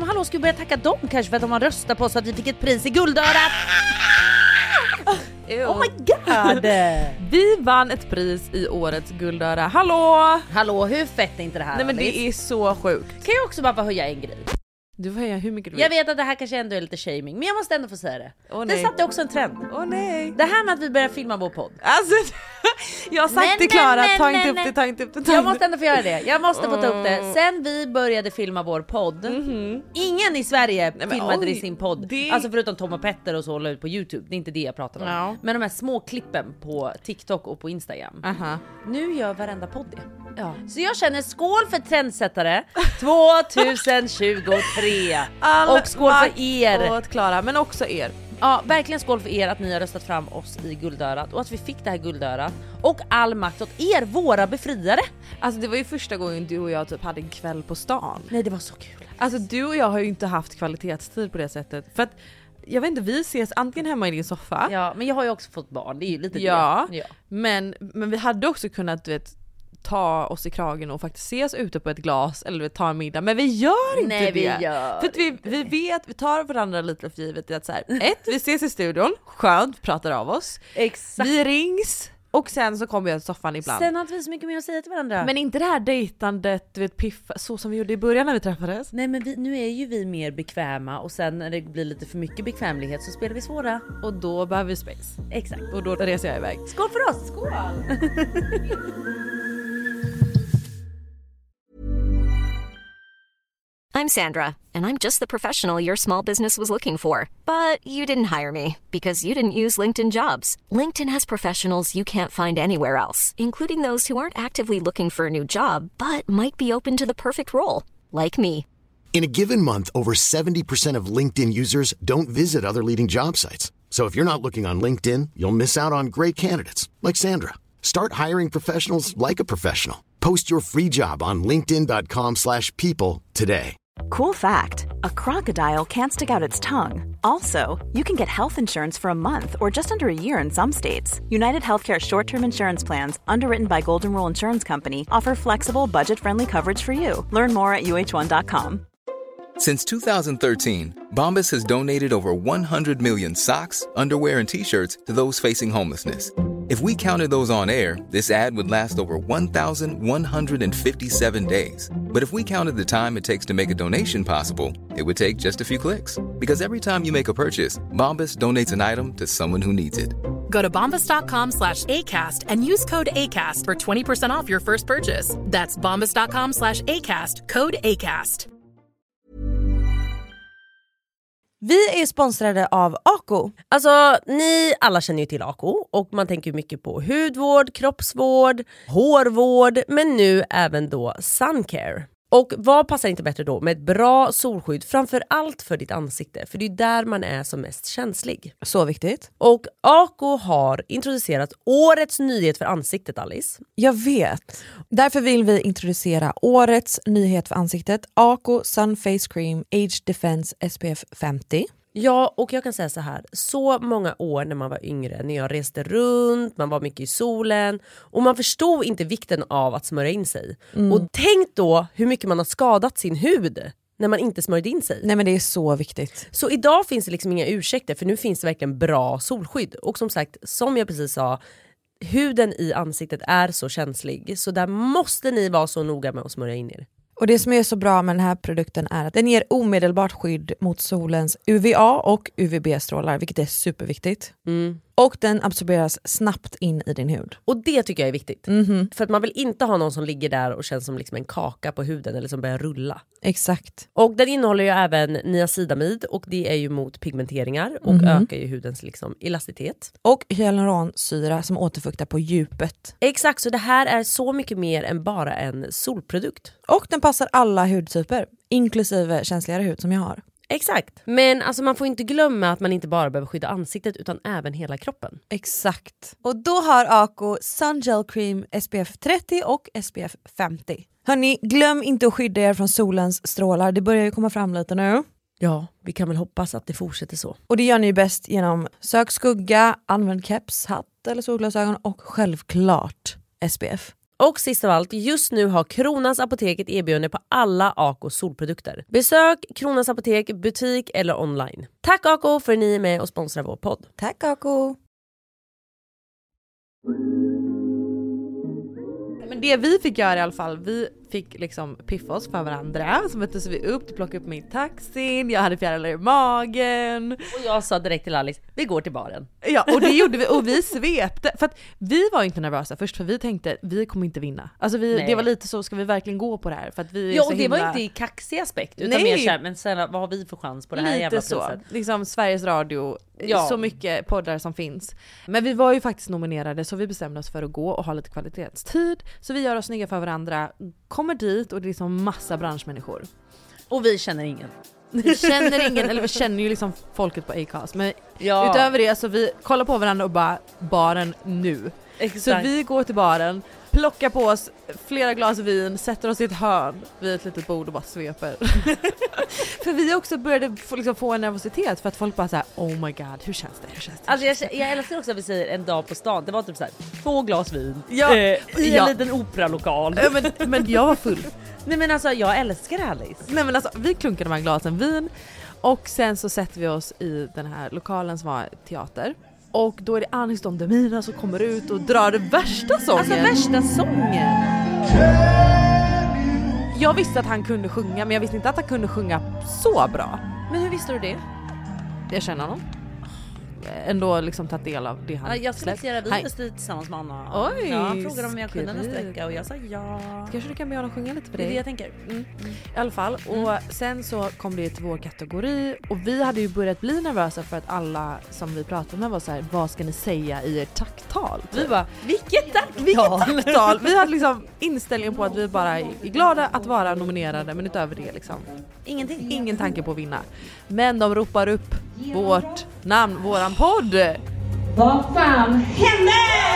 hallå, ska vi börja tacka dem kanske för att de har röstat på oss så att vi fick ett pris i Guldörat? Oh my god! Vi vann ett pris i årets Guldöra. Hallå, hur fett är inte det här? Nej men det är så sjukt. Kan jag också bara få höja en grej? Du får höja hur mycket du vill. Jag vet att det här kanske ändå är lite shaming, men jag måste ändå få säga det. Det satte också en trend. Nej. Det här med att vi börjar filma vår podd. Alltså, jag har sagt till Klara, ta inte upp det. Jag måste ändå få göra det. Jag måste få ta upp det. Sen vi började filma vår podd, ingen i Sverige filmade i sin podd. Alltså förutom Tom och Petter och så, la ut på YouTube. Det är inte det jag pratar om. No. Men de här små klippen på TikTok och på Instagram. Nu gör varenda podd det. Ja. Så jag känner skål för trendsättare 2023. Och skål för er. Och Klara, men också er. Ja, verkligen skål för er att ni har röstat fram oss i Guldörat och att vi fick det här Guldörat. Och all makt åt er, våra befriare. Alltså det var ju första gången du och jag typ hade en kväll på stan. Nej, det var så kul. Alltså du och jag har ju inte haft kvalitetstid på det sättet. För att, jag vet inte, vi ses antingen hemma i din soffa. Ja, men jag har ju också fått barn, det är ju lite ja, det. Ja, men vi hade också kunnat, du vet, ta oss i kragen och faktiskt ses ute på ett glas eller ta en middag, men vi gör inte det. Vi gör för att vi vet, vi tar varandra lite för givet att så här, vi ses i studion, skönt, pratar av oss. Exakt. Vi rings och sen så kommer jag till soffan ibland. Sen har vi så mycket mer att säga till varandra. Men inte det här dejtandet, du vet, piffa, så som vi gjorde i början när vi träffades. Nej, men nu är ju vi mer bekväma och sen när det blir lite för mycket bekvämlighet så spelar vi svåra. Och då behöver vi space. Exakt. Och då reser jag iväg. Skål för oss! Skål! I'm Sandra, and I'm just the professional your small business was looking for. But you didn't hire me because you didn't use LinkedIn Jobs. LinkedIn has professionals you can't find anywhere else, including those who aren't actively looking for a new job, but might be open to the perfect role, like me. In a given month, over 70% of LinkedIn users don't visit other leading job sites. So if you're not looking on LinkedIn, you'll miss out on great candidates like Sandra. Start hiring professionals like a professional. Post your free job on linkedin.com/people today. Cool fact, a crocodile can't stick out its tongue. Also, you can get health insurance for a month or just under a year in some states. United Healthcare short-term insurance plans, underwritten by Golden Rule Insurance Company, offer flexible, budget-friendly coverage for you. Learn more at uh1.com. Since 2013, Bombas has donated over 100 million socks, underwear, and T-shirts to those facing homelessness. If we counted those on air, this ad would last over 1,157 days. But if we counted the time it takes to make a donation possible, it would take just a few clicks. Because every time you make a purchase, Bombas donates an item to someone who needs it. Go to bombas.com/ACAST and use code ACAST for 20% off your first purchase. That's bombas.com/ACAST, code ACAST. Vi är sponsrade av Ako. Alltså, ni alla känner ju till Ako och man tänker mycket på hudvård, kroppsvård, hårvård, men nu även då suncare. Och vad passar inte bättre då med ett bra solskydd, framför allt för ditt ansikte, för det är där man är som mest känslig. Så viktigt. Och Ako har introducerat årets nyhet för ansiktet, Alice. Jag vet. Därför vill vi introducera årets nyhet för ansiktet, Ako Sun Face Cream Age Defense SPF 50. Ja, och jag kan säga så här. Så många år när man var yngre, när jag reste runt, man var mycket i solen och man förstod inte vikten av att smörja in sig. Och tänk då hur mycket man har skadat sin hud när man inte smörjde in sig. Nej, men det är så viktigt. Så idag finns det liksom inga ursäkter, för nu finns det verkligen bra solskydd. Och som sagt, som jag precis sa, huden i ansiktet är så känslig. Så där måste ni vara så noga med att smörja in er. Och det som är så bra med den här produkten är att den ger omedelbart skydd mot solens UVA och UVB-strålar, vilket är superviktigt. Och den absorberas snabbt in i din hud. Och det tycker jag är viktigt. För att man vill inte ha någon som ligger där och känns som liksom en kaka på huden eller som börjar rulla. Exakt. Och den innehåller ju även niacinamid och det är ju mot pigmenteringar och ökar ju hudens liksom elasticitet. Och hyaluronsyra som återfuktar på djupet. Exakt, så det här är så mycket mer än bara en solprodukt. Och den passar alla hudtyper, inklusive känsligare hud som jag har. Exakt. Men alltså man får inte glömma att man inte bara behöver skydda ansiktet utan även hela kroppen. Exakt. Och då har Ako Sun Gel Cream SPF 30 och SPF 50. Hörni, glöm inte att skydda er från solens strålar. Det börjar ju komma fram lite nu. Ja, vi kan väl hoppas att det fortsätter så. Och det gör ni bäst genom sök skugga, använd keps, hatt eller solglasögon och självklart SPF. Och sist av allt, just nu har Kronans Apotek ett erbjudande på alla Ako solprodukter. Besök Kronans Apotek, butik eller online. Tack Ako för att ni är med och sponsrar vår podd. Tack Ako! Men det vi fick göra i alla fall, vi fick liksom piffa oss för varandra. Så möttes vi upp, plockade upp min taxin, jag hade fjärilar i magen. Och jag sa direkt till Alice, vi går till baren. Ja, och det gjorde vi, och vi svepte. För att vi var inte nervösa först, för vi tänkte, vi kommer inte vinna. Alltså det var lite så, ska vi verkligen gå på det här? För att vi är så och det himla... var inte i kaxig aspekt, utan mer såhär, men sen, vad har vi för chans på det här lite jävla så. priset? Liksom Sveriges Radio, så mycket poddar som finns. Men vi var ju faktiskt nominerade, så vi bestämde oss för att gå och ha lite kvalitetstid. Så vi gör oss snygga för varandra, kommer dit och det är liksom massa branschmänniskor. Och vi känner ingen. Vi känner ingen, eller vi känner ju liksom folket på Acast. Men utöver det så vi kollar på varandra och bara, baren nu. Exakt. Så vi går till baren, plockar på oss flera glas vin, sätter oss i ett hörn vid ett litet bord och bara sveper. För vi också började få en nervositet för att folk bara såhär, oh my god, hur känns det? Alltså jag älskar också att vi säger en dag på stan, det var typ såhär 2 glas vin i en liten operalokal. Men jag var full. Nej men alltså jag älskar Alice. Nej men alltså vi klunkade de här glasen vin och sen så sätter vi oss i den här lokalen som var teater. Och då är det Anis Don Demina som kommer ut och drar det värsta sången. Alltså värsta sången. Jag visste att han kunde sjunga, men jag visste inte att han kunde sjunga så bra. Men hur visste du det? Jag känner honom. Ändå liksom tagit del av det han jag selekterade videostil tillsammans med Anna. Oj, ja, han frågade om jag kunde nästa vecka och jag sa ja. Kanske du kan be honom sjunga lite för det dig. Det är det jag tänker. I alla fall. Och sen så kom det till vår kategori. Och vi hade ju börjat bli nervösa för att alla som vi pratade med var så här: vad ska ni säga i ert tacktal? Vi bara, vilket tacktal? Vi hade liksom inställningen på att vi bara är glada att vara nominerade, men utöver det liksom ingenting. Ingen tanke på att vinna. Men de ropar upp vårt namn, våran podd. Vad fan hände?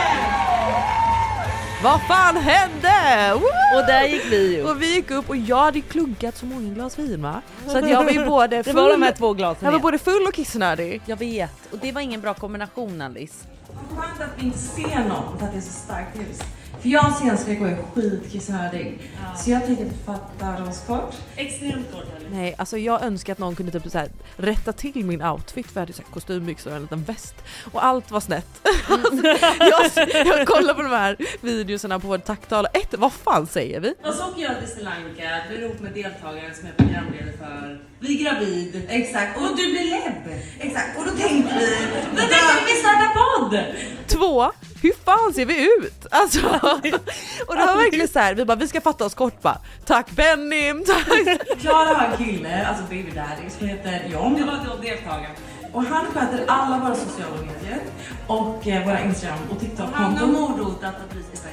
Vad fan hände? Woo! Och där gick vi ju. Och vi gick upp och jag hade klunkat så många glas vin, va? Så att jag var ju både full, det var de här 2 glasen. Jag var både full och kissnödig. Jag vet. Och det var ingen bra kombination, Alice. Skönt att vi inte ser någon för att det är så starkt ljus. För jag senskräck och är skitkissnödig. Så jag tänker att fatta oss kort. Extremt kort. Nej, alltså jag önskar att någon kunde typ så här rätta till min outfit, för jag hade så här kostymbyxor och en liten väst. Och allt var snett. jag kollar på de här videorna på vårt tacktal. Vad fan säger vi? Och så åker jag till Sri Lanka, blir ihop med deltagaren som är programledare för Vi gravid. Exakt, och du blir lebb. Exakt, och då tänkte vi, då tänkte vi starta podd. 2, hur fan ser vi ut? Alltså, och det var verkligen så här, vi ska fatta oss kort bara. Tack Benny, tack. Klara har en kille, alltså baby daddy, som heter John. Det var då deltagaren. Och han sköter alla våra sociala medier och våra Instagram och TikTok-konton. Han har morotat att vi ska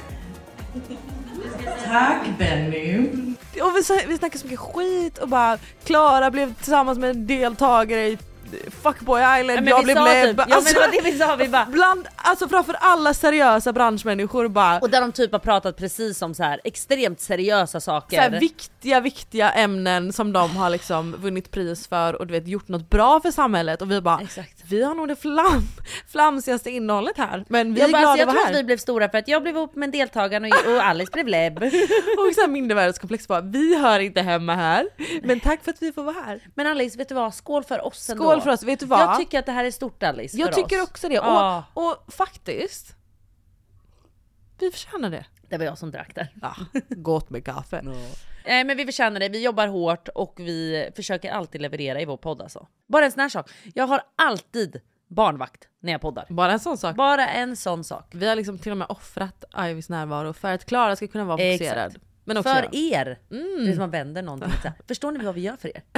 Tack Benny. Och vi snackade så mycket skit och bara Klara blev tillsammans med en deltagare i Fuckboy Island, jag blev lebb. Typ, men det var det vi sa, vi bara alltså framför alla seriösa branschmänniskor bara. Och där de typ har pratat precis om så här extremt seriösa saker. Så här viktiga ämnen som de har liksom vunnit pris för och du vet gjort något bra för samhället, och vi bara vi har nog det flamsigaste innehållet här. Men vi är glada jag att vara tror här. att vi blev stora för att jag blev ihop med en deltagare och Alice blev lebb. Och så här mindervärdeskomplex bara, vi hör inte hemma här. Men tack för att vi får vara här. Men Alice, vet du vad? Skål för oss ändå. Skål för oss, vet du vad? Jag tycker att det här är stort, Alice, jag för tycker oss. också det. Och faktiskt vi förtjänar det. Det var jag som drack där. Ja, gott med kaffe. Nej, men vi förtjänar det. Vi jobbar hårt och vi försöker alltid leverera i vår podd alltså. Bara en sån här sak. Jag har alltid barnvakt när jag poddar. Bara en sån sak. Bara en sån sak. Vi har liksom till och med offrat Ivys närvaro för att Klara ska kunna vara fokuserad. Men också för er. Det är som man vänder någonting. Förstår ni vad vi gör för er?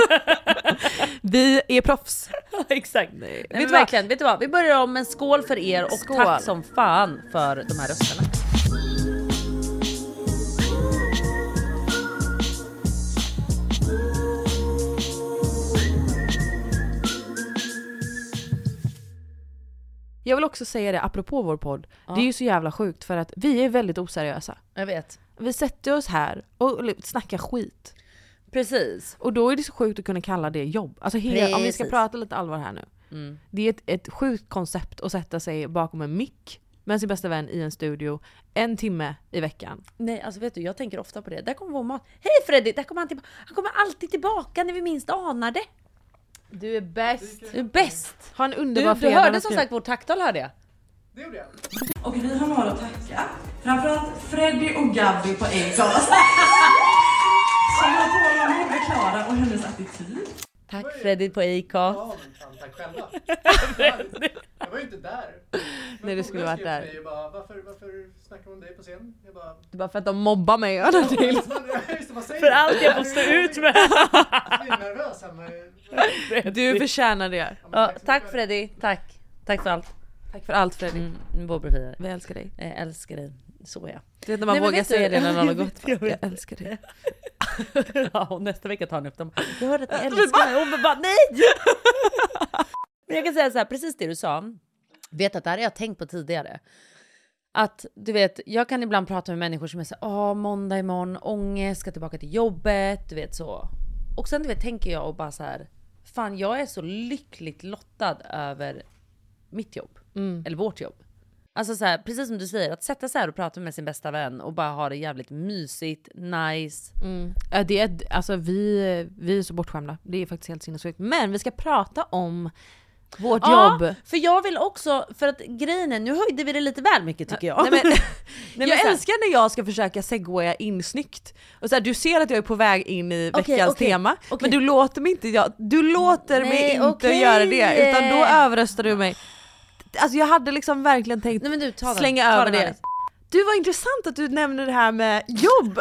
Vi är proffs. Exakt. Nej, vet du vad? Vi börjar om en skål för er och skål. Tack som fan för de här rösterna. Jag vill också säga det apropå vår podd. Ja. Det är ju så jävla sjukt för att vi är väldigt oseriösa. Jag vet. Vi sätter oss här och snackar skit. Precis. Och då är det så sjukt att kunna kalla det jobb. Alltså om vi ska prata lite allvar här nu. Det är ett sjukt koncept att sätta sig bakom en mick med sin bästa vän i en studio 1 timme i veckan. Nej, alltså vet du, jag tänker ofta på det. Där kommer vår mat. Hej Freddy, där kommer han tillbaka. Han kommer alltid tillbaka när vi minst anar det. Du är bäst. Du är bäst. Ha en underbar fredag. Du hörde som sagt vårt tacktal, hörde jag. Det gjorde jag. Och vi har några att tacka. Framförallt Freddy och Gabby på Acast. Som har talat om Klara och hennes attityd. Tack Freddy på Acast. Ja, men tack själva. Jag var ju inte där. Nej, du skulle varit där. Jag bara, varför snackar man dig på scen? Jag bara, det är bara för att de mobbar mig. För allt jag får stå ut med. Jag är nervös här. Du förtjänar det. Ja, tack Freddy. Tack för allt. Tack för allt Freddy. Vi älskar dig. Jag älskar dig. Så är jag. Du vet när man vågar säga det när någon har gått. Jag älskar dig. Ja, och nästa vecka tar han upp dem. Jag hörde att jag älskar mig. Och bara, nej! Men jag kan säga så här, precis det du sa. Vet att det här har jag tänkt på tidigare. Att du vet, jag kan ibland prata med människor som är så måndag imorgon, ångest, ska tillbaka till jobbet, du vet så. Och sen du vet, tänker jag och bara så här, fan jag är så lyckligt lottad över mitt jobb. Eller vårt jobb. Alltså så här, precis som du säger, att sätta sig här och prata med sin bästa vän och bara ha det jävligt mysigt, nice. Det är, alltså vi är så bortskämda. Det är faktiskt helt sinnessjukt. Men vi ska prata om vårt jobb. För jag vill också, för att grejen är, nu höjde vi det lite väl mycket tycker jag. Jag älskar när jag ska försöka segwaya in snyggt. Och så här, du ser att jag är på väg in i veckans tema. Men du låter mig inte, inte göra det. Utan då överröstar du mig. Alltså jag hade liksom verkligen tänkt slänga över det. Du, var intressant att du nämnde det här med jobb.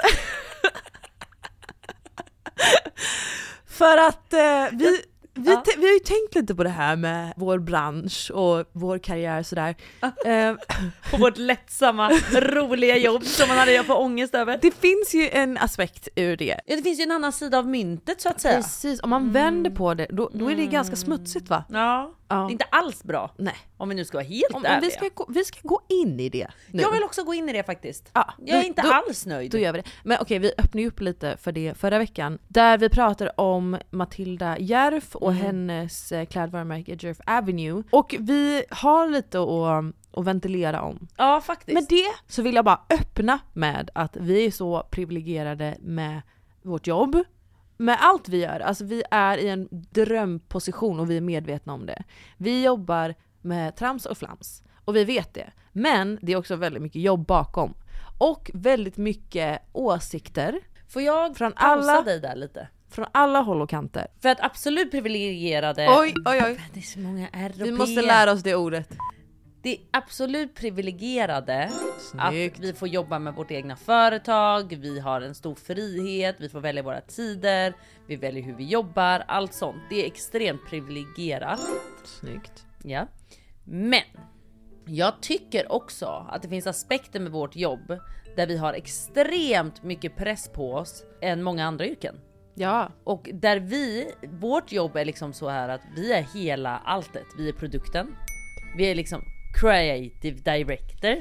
För att vi har ju tänkt lite på det här med vår bransch och vår karriär sådär. Och vårt lättsamma, roliga jobb som man hade på ångest över. Det finns ju en aspekt ur det. Ja, det finns ju en annan sida av myntet så att säga. Precis, om man vänder på det, då är det ganska smutsigt va? Ja. Det är inte alls bra. Nej. Om vi nu ska vara helt ärliga. Vi ska gå in i det nu. Jag vill också gå in i det faktiskt. Jag är inte alls nöjd. Då gör vi det. Men okej, vi öppnar ju upp lite för det förra veckan. Där vi pratar om Matilda Järf och hennes klädvarumärke Järf Avenue. Och vi har lite att ventilera om. Ja, faktiskt. Med det så vill jag bara öppna med att vi är så privilegierade med vårt jobb. Med allt vi gör, alltså vi är i en drömposition och vi är medvetna om det. Vi jobbar med trams och flams och vi vet det. Men det är också väldigt mycket jobb bakom. Och väldigt mycket åsikter. Får jag från pausa dig där lite? Från alla håll och kanter. För att absolut privilegierade... Oj. Det är så många R och Vi måste lära oss det ordet. Det är absolut privilegierade att vi får jobba med vårt egna företag, vi har en stor frihet, vi får välja våra tider, vi väljer hur vi jobbar, allt sånt. Det är extremt privilegierat. Snyggt. Ja. Men jag tycker också att det finns aspekter med vårt jobb där vi har extremt mycket press på oss än många andra yrken. Ja. Och där vårt jobb är liksom så här att vi är hela alltet. Vi är produkten. Vi är liksom creative director.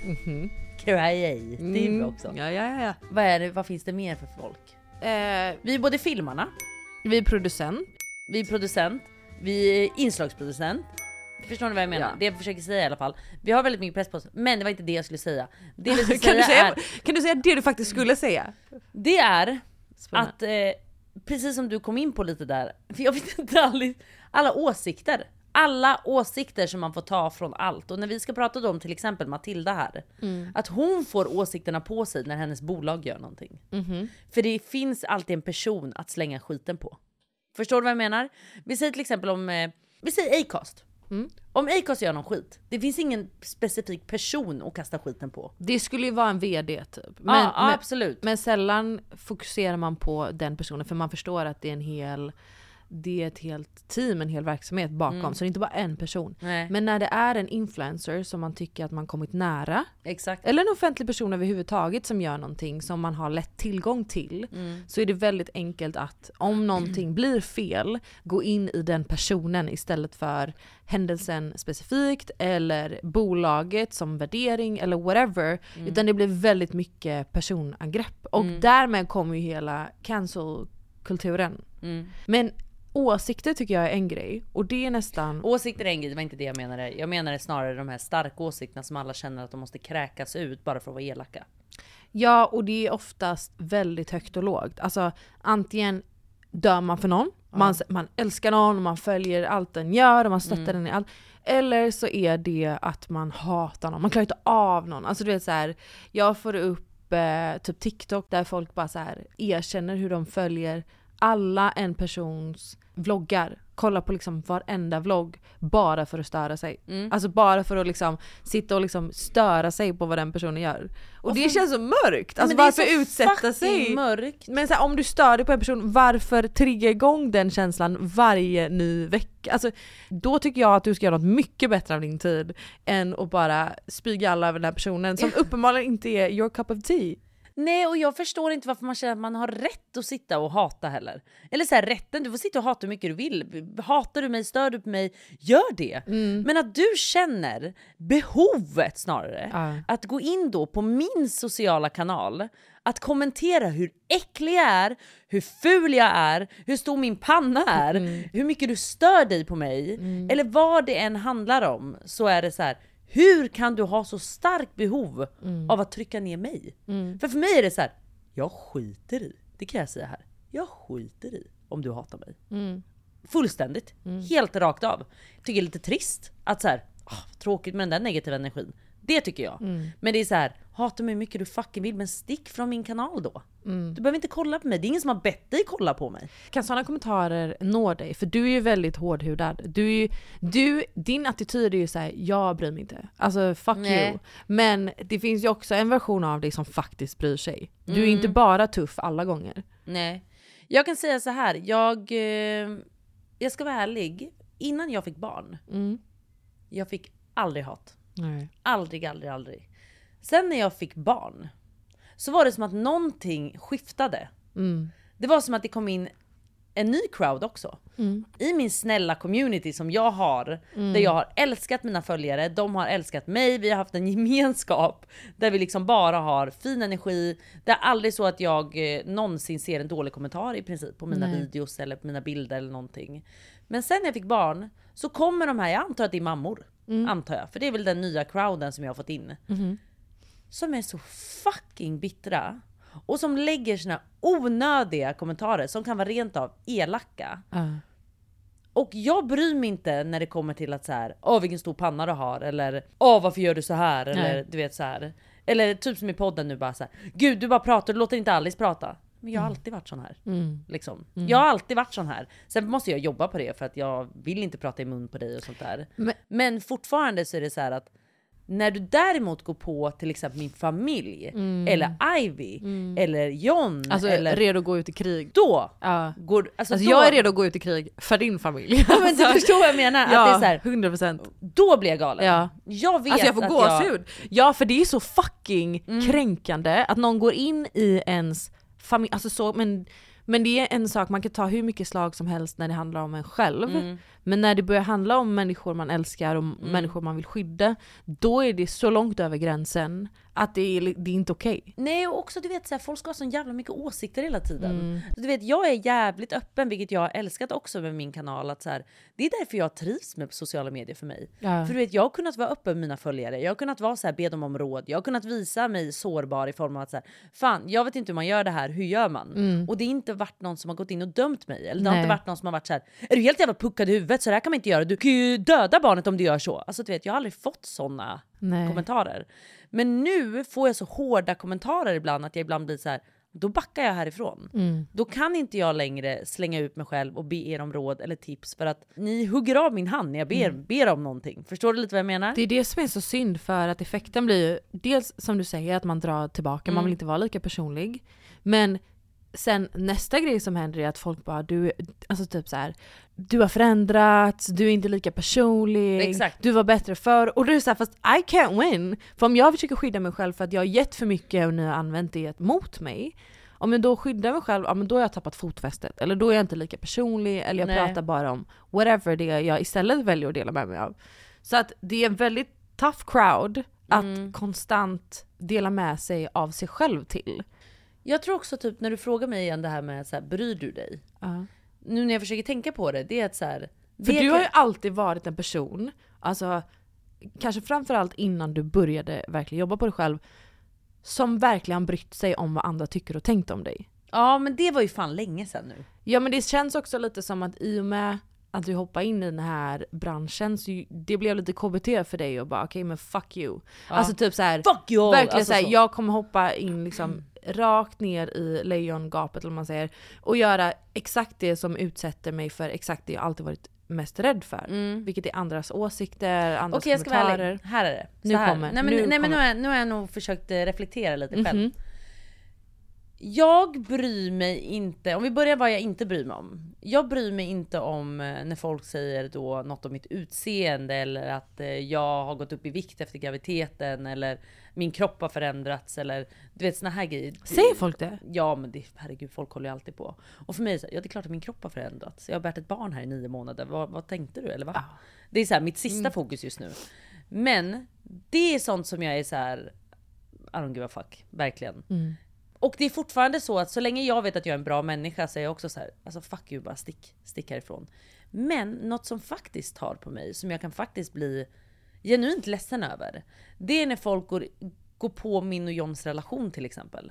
Creative också. Ja. Vad finns det mer för folk? Vi är både filmarna. Vi är producent. Vi är inslagsproducent. Förstår ni vad jag menar? Ja. Det jag försöker säga i alla fall. Vi har väldigt mycket press på oss. Men det var inte det jag skulle säga. Det jag skulle kan du säga det du faktiskt skulle säga? Det är att precis som du kom in på lite där. För jag vet inte alla åsikter. Alla åsikter som man får ta från allt. Och när vi ska prata om till exempel Matilda här. Att hon får åsikterna på sig när hennes bolag gör någonting. För det finns alltid en person att slänga skiten på. Förstår du vad jag menar? Vi säger till exempel vi säger Acast. Om Acast gör någon skit, det finns ingen specifik person att kasta skiten på. Det skulle ju vara en vd typ. Men absolut. Men sällan fokuserar man på den personen, för man förstår att det är ett helt team, en hel verksamhet bakom. Så det är inte bara en person. Nej. Men när det är en influencer som man tycker att man kommit nära. Exakt. Eller en offentlig person överhuvudtaget som gör någonting som man har lätt tillgång till. Så är det väldigt enkelt att om någonting blir fel, gå in i den personen istället för händelsen specifikt eller bolaget som värdering eller whatever. Utan det blir väldigt mycket personangrepp. Och därmed kommer ju hela cancel-kulturen. Men åsikter tycker jag är en grej. Och det är nästan... Åsikter är en grej, det var inte det jag menade. Jag menade snarare de här starka åsikterna som alla känner att de måste kräkas ut bara för att vara elaka. Ja, och det är oftast väldigt högt och lågt. Alltså antingen dör man för någon, man älskar någon och man följer allt den gör och man stöttar den i allt. Eller så är det att man hatar någon, man klarar inte av någon. Alltså du vet så här, jag får upp typ TikTok där folk bara så här erkänner hur de följer alla en persons vloggar. Kolla på liksom varenda vlogg bara för att störa sig. Alltså bara för att liksom sitta och liksom störa sig på vad den personen gör. Och det känns så mörkt. Alltså varför utsätta sig? Mörkt. Men så här, om du stör dig på en person, varför trigga igång den känslan varje ny vecka? Alltså då tycker jag att du ska göra något mycket bättre av din tid än att bara spyga alla över den här personen som uppenbarligen inte är your cup of tea. Nej, och jag förstår inte varför man känner att man har rätt att sitta och hata heller. Eller så här, rätten, du får sitta och hata hur mycket du vill. Hatar du mig, stör du på mig, gör det. Men att du känner behovet snarare att gå in då på min sociala kanal, att kommentera hur äcklig jag är, hur ful jag är, hur stor min panna är, hur mycket du stör dig på mig, eller vad det än handlar om, så är det så här. Hur kan du ha så starkt behov av att trycka ner mig? För mig är det så här, jag skiter i. Det kan jag säga här. Jag skiter i om du hatar mig. Fullständigt. Helt rakt av. Jag tycker det är lite trist att så här, tråkigt med den där negativa energin. Det tycker jag. Men det är så här, hata mig hur mycket du fucking vill, men stick från min kanal då. Du behöver inte kolla på mig. Det är ingen som har bett dig kolla på mig. Kan sådana kommentarer nå dig? För du är ju väldigt hårdhudad. Din attityd är ju såhär, jag bryr mig inte. Alltså fuck you. Men det finns ju också en version av dig som faktiskt bryr sig. Du är inte bara tuff alla gånger. Nej. Jag kan säga så här, jag ska vara ärlig. Innan jag fick barn, jag fick aldrig hat. Nej. Aldrig. Sen när jag fick barn så var det som att någonting skiftade. Det var som att det kom in en ny crowd också. I min snälla community som jag har, där jag har älskat mina följare, de har älskat mig, vi har haft en gemenskap där vi liksom bara har fin energi. Det är aldrig så att jag någonsin ser en dålig kommentar i princip på mina videos eller på mina bilder eller någonting. Men sen när jag fick barn så kommer de här, jag antar att det är mammor, antar jag, för det är väl den nya crowden som jag har fått in, som är så fucking bittra och som lägger sina onödiga kommentarer som kan vara rent av elaka. Och jag bryr mig inte när det kommer till att så här, vilken stor panna du har, eller varför gör du så här, eller du vet så här, eller typ som i podden nu bara så här, gud du bara pratar, du låter inte Alice prata. Men jag har alltid varit sån här. Liksom. Jag har alltid varit sån här. Sen måste jag jobba på det för att jag vill inte prata i mun på dig och sånt där. Men fortfarande så är det så här att när du däremot går på till exempel min familj eller Ivy eller John, alltså eller redo att gå ut i krig, då går alltså då, jag är redo att gå ut i krig för din familj. Ja, men du förstår vad jag menar, att det är så här, 100%. Då blir jag galen. Ja. Jag vet, alltså jag får gåshud. Ja, för det är så fucking kränkande att någon går in i ens familj, alltså så, men det är en sak, man kan ta hur mycket slag som helst när det handlar om en själv. Men när det börjar handla om människor man älskar och människor man vill skydda, då är det så långt över gränsen att det är inte okej. Nej, och också du vet så här, folk ska ha så jävla mycket åsikter hela tiden. Du vet, jag är jävligt öppen, vilket jag har älskat också med min kanal, att så här, det är därför jag trivs med sociala medier för mig. För du vet, jag har kunnat vara öppen med mina följare. Jag har kunnat vara så här, be dem om råd. Jag har kunnat visa mig sårbar i form av att så här, fan, jag vet inte hur man gör det här, hur gör man? Och det är inte varit någon som har gått in och dömt mig, eller det har inte varit någon som har varit så här, är du helt jävla puckad i huvudet, så där kan man inte göra, du kan ju döda barnet om du gör så. Alltså du vet, jag har aldrig fått såna kommentarer. Men nu får jag så hårda kommentarer ibland att jag ibland blir så här, då backar jag härifrån. Då kan inte jag längre slänga ut mig själv och be er om råd eller tips, för att ni hugger av min hand när jag ber om någonting. Förstår du lite vad jag menar? Det är det som är så synd, för att effekten blir ju dels som du säger att man drar tillbaka, man vill inte vara lika personlig. Men sen nästa grej som händer är att folk bara, alltså typ så här, du har förändrats, du är inte lika personlig. Exakt. Du var bättre förr. Och det är så här, fast I can't win. För om jag försöker skydda mig själv för att jag har gett för mycket och ni har använt det mot mig, om jag då skyddar mig själv, ja, men då har jag tappat fotfästet. Eller då är jag inte lika personlig, eller jag pratar bara om whatever det är jag istället väljer att dela med mig av. Så att det är en väldigt tough crowd att konstant dela med sig av sig själv till. Jag tror också typ när du frågar mig igen det här med så här, bryr du dig? nu när jag försöker tänka på det, det är att så här... För du har ju alltid varit en person, alltså kanske framförallt innan du började verkligen jobba på dig själv, som verkligen brytt sig om vad andra tycker och tänkt om dig. Ja, men det var ju fan länge sedan nu. Ja, men det känns också lite som att i och med att du hoppar in i den här branschen så det blev lite KBT för dig och bara okej, men fuck you. Ja. Alltså typ så här, fuck you. Verkligen alltså så här, jag kommer hoppa in liksom rakt ner i lejongapet eller vad man säger och göra exakt det som utsätter mig för exakt det jag alltid varit mest rädd för. Vilket är andras åsikter, andras kommentarer. Här är det. Nu har jag nog försökt reflektera lite själv. Jag bryr mig inte, om vi börjar vad jag inte bryr mig om. Jag bryr mig inte om när folk säger då något om mitt utseende eller att jag har gått upp i vikt efter graviditeten eller min kropp har förändrats eller du vet såna här grejer. Säger folk det? Ja, men herregud, folk håller ju alltid på. Och för mig är det så här, ja, det är klart att min kropp har förändrats. Jag har bärt ett barn här i 9 månader. Vad tänkte du eller vad? Det är så här mitt sista fokus just nu. Men det är sånt som jag är så här, I don't give a fuck, verkligen. Och det är fortfarande så att så länge jag vet att jag är en bra människa så är jag också så här, alltså fuck you, bara stick härifrån. Men något som faktiskt tar på mig, som jag kan faktiskt bli genuint ledsen över, det är när folk går på min och Johns relation till exempel.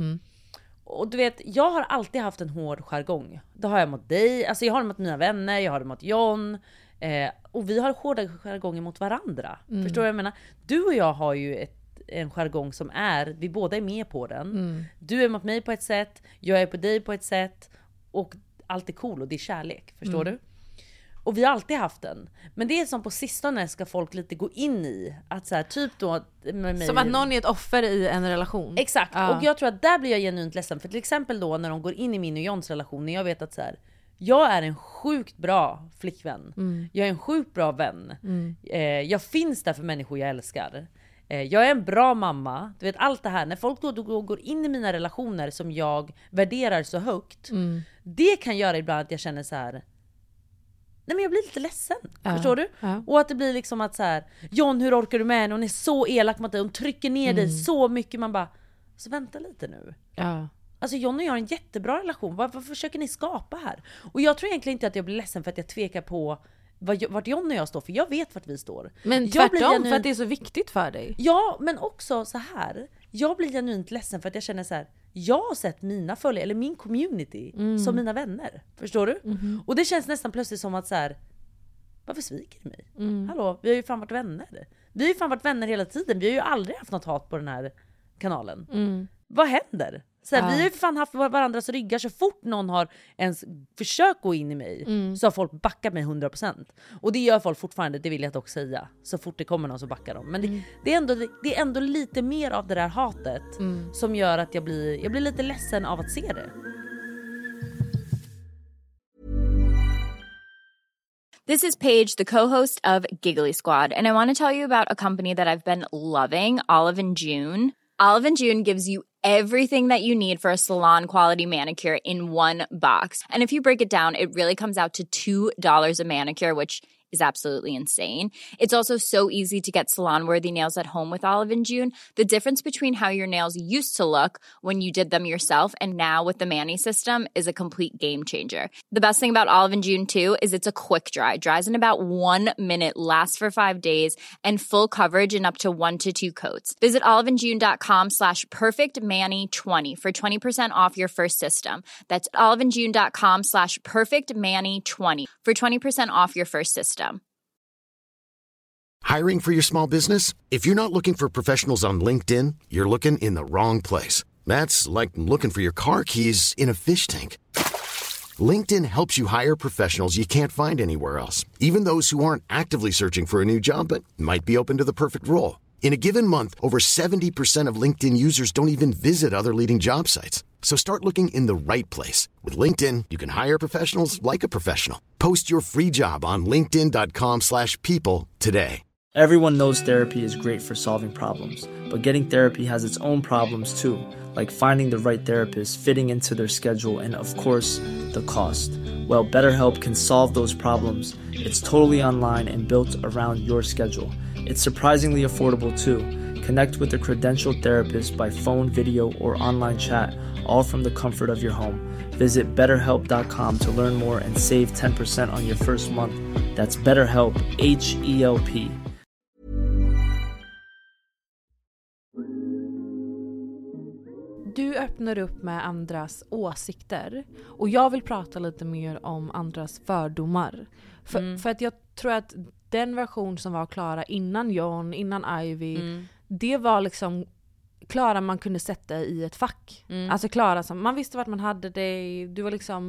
Och du vet, jag har alltid haft en hård jargong. Det har jag mot dig, alltså jag har det mot mina vänner, jag har det mot John. Och vi har hårda jargonger mot varandra. Förstår du vad jag menar? Du och jag har ju en jargong som vi båda är med på den. Du är mot mig på ett sätt, jag är på dig på ett sätt och allt är cool och det är kärlek, förstår du? Och vi har alltid haft den. Men det är som på sistone ska folk lite gå in i att så här, typ då med mig. Som att någon är ett offer i en relation. Exakt, och jag tror att där blir jag genuint ledsen. För till exempel då när de går in i min och Johns relation, när jag vet att så här, jag är en sjukt bra flickvän. Jag är en sjukt bra vän. Jag finns där för människor jag älskar. Jag är en bra mamma. Du vet allt det här. När folk då går in i mina relationer som jag värderar så högt. Det kan göra ibland att jag känner så här. Nej, men jag blir lite ledsen. Förstår du? Och att det blir liksom att så här, John, hur orkar du med henne? Hon är så elak mot dig. Hon trycker ner dig så mycket. Man bara, så vänta lite nu. Alltså John och jag har en jättebra relation. Vad försöker ni skapa här? Och jag tror egentligen inte att jag blir ledsen för att jag tvekar på vart John och jag står, för jag vet vart vi står. Men tvärtom, för att det är så viktigt för dig. Ja, men också så här. Jag blir genuint ledsen för att jag känner så här. Jag har sett mina följare, eller min community, som mina vänner. Förstår du? Och det känns nästan plötsligt som att så här, varför sviker du mig? Hallå, vi har ju fan varit vänner. Vi har ju fan varit vänner hela tiden. Vi har ju aldrig haft något hat på den här kanalen. Vad händer? Så här, vi har ju fan haft varandras ryggar. Så fort någon har ens försökt gå in i mig så har folk backat mig 100%. Och det gör folk fortfarande, det vill jag dock säga. Så fort det kommer någon så backar de. Men det är ändå lite mer av det där hatet som gör att jag blir lite ledsen av att se det. This is Paige, the co-host of Giggly Squad, and I want to tell you about a company that I've been loving, Olive & June. Olive & June gives you everything that you need for a salon-quality manicure in one box. And if you break it down, it really comes out to $2 a manicure, which is absolutely insane. It's also so easy to get salon-worthy nails at home with Olive & June. The difference between how your nails used to look when you did them yourself and now with the Mani system is a complete game changer. The best thing about Olive & June, too, is it's a quick dry. Dries in about 1 minute, lasts for 5 days, and full coverage in up to 1 to 2 coats. Visit oliveandjune.com/perfectmani20 for 20% off your first system. That's oliveandjune.com/perfectmani20 for 20% off your first system. Hiring for your small business? If you're not looking for professionals on LinkedIn, you're looking in the wrong place. That's like looking for your car keys in a fish tank. LinkedIn helps you hire professionals you can't find anywhere else, even those who aren't actively searching for a new job but might be open to the perfect role. In a given month, over 70% of LinkedIn users don't even visit other leading job sites. So start looking in the right place. With LinkedIn, you can hire professionals like a professional. Post your free job on linkedin.com/people today. Everyone knows therapy is great for solving problems, but getting therapy has its own problems too, like finding the right therapist, fitting into their schedule, and of course, the cost. Well, BetterHelp can solve those problems. It's totally online and built around your schedule. It's surprisingly affordable too. Connect with a credentialed therapist by phone, video, or online chat, all from the comfort of your home. Visit BetterHelp.com to learn more and save 10% on your first month. That's BetterHelp, H-E-L-P. Du öppnar upp med andras åsikter. Och jag vill prata lite mer om andras fördomar. För att jag tror att den version som var Klara innan John, innan Ivy, det var liksom Klara man kunde sätta i ett fack. Alltså Klara som, man visste vart man hade dig, du var liksom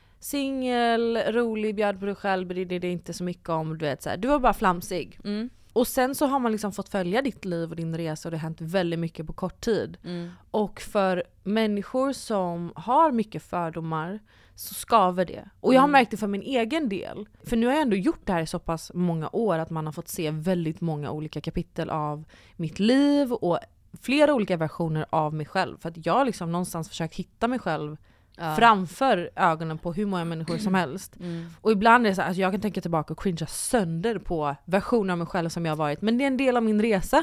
singel, rolig, bjöd på dig själv, det är inte så mycket om, du vet så här. Du var bara flamsig. Och sen så har man liksom fått följa ditt liv och din resa och det har hänt väldigt mycket på kort tid. Och för människor som har mycket fördomar så skaver det. Och jag har märkt det för min egen del. För nu har jag ändå gjort det här i så pass många år att man har fått se väldigt många olika kapitel av mitt liv och flera olika versioner av mig själv. För att jag liksom någonstans försökt hitta mig själv framför ögonen på hur många människor som helst. Och ibland är det så att jag kan tänka tillbaka och cringea sönder på versioner av mig själv som jag har varit. Men det är en del av min resa.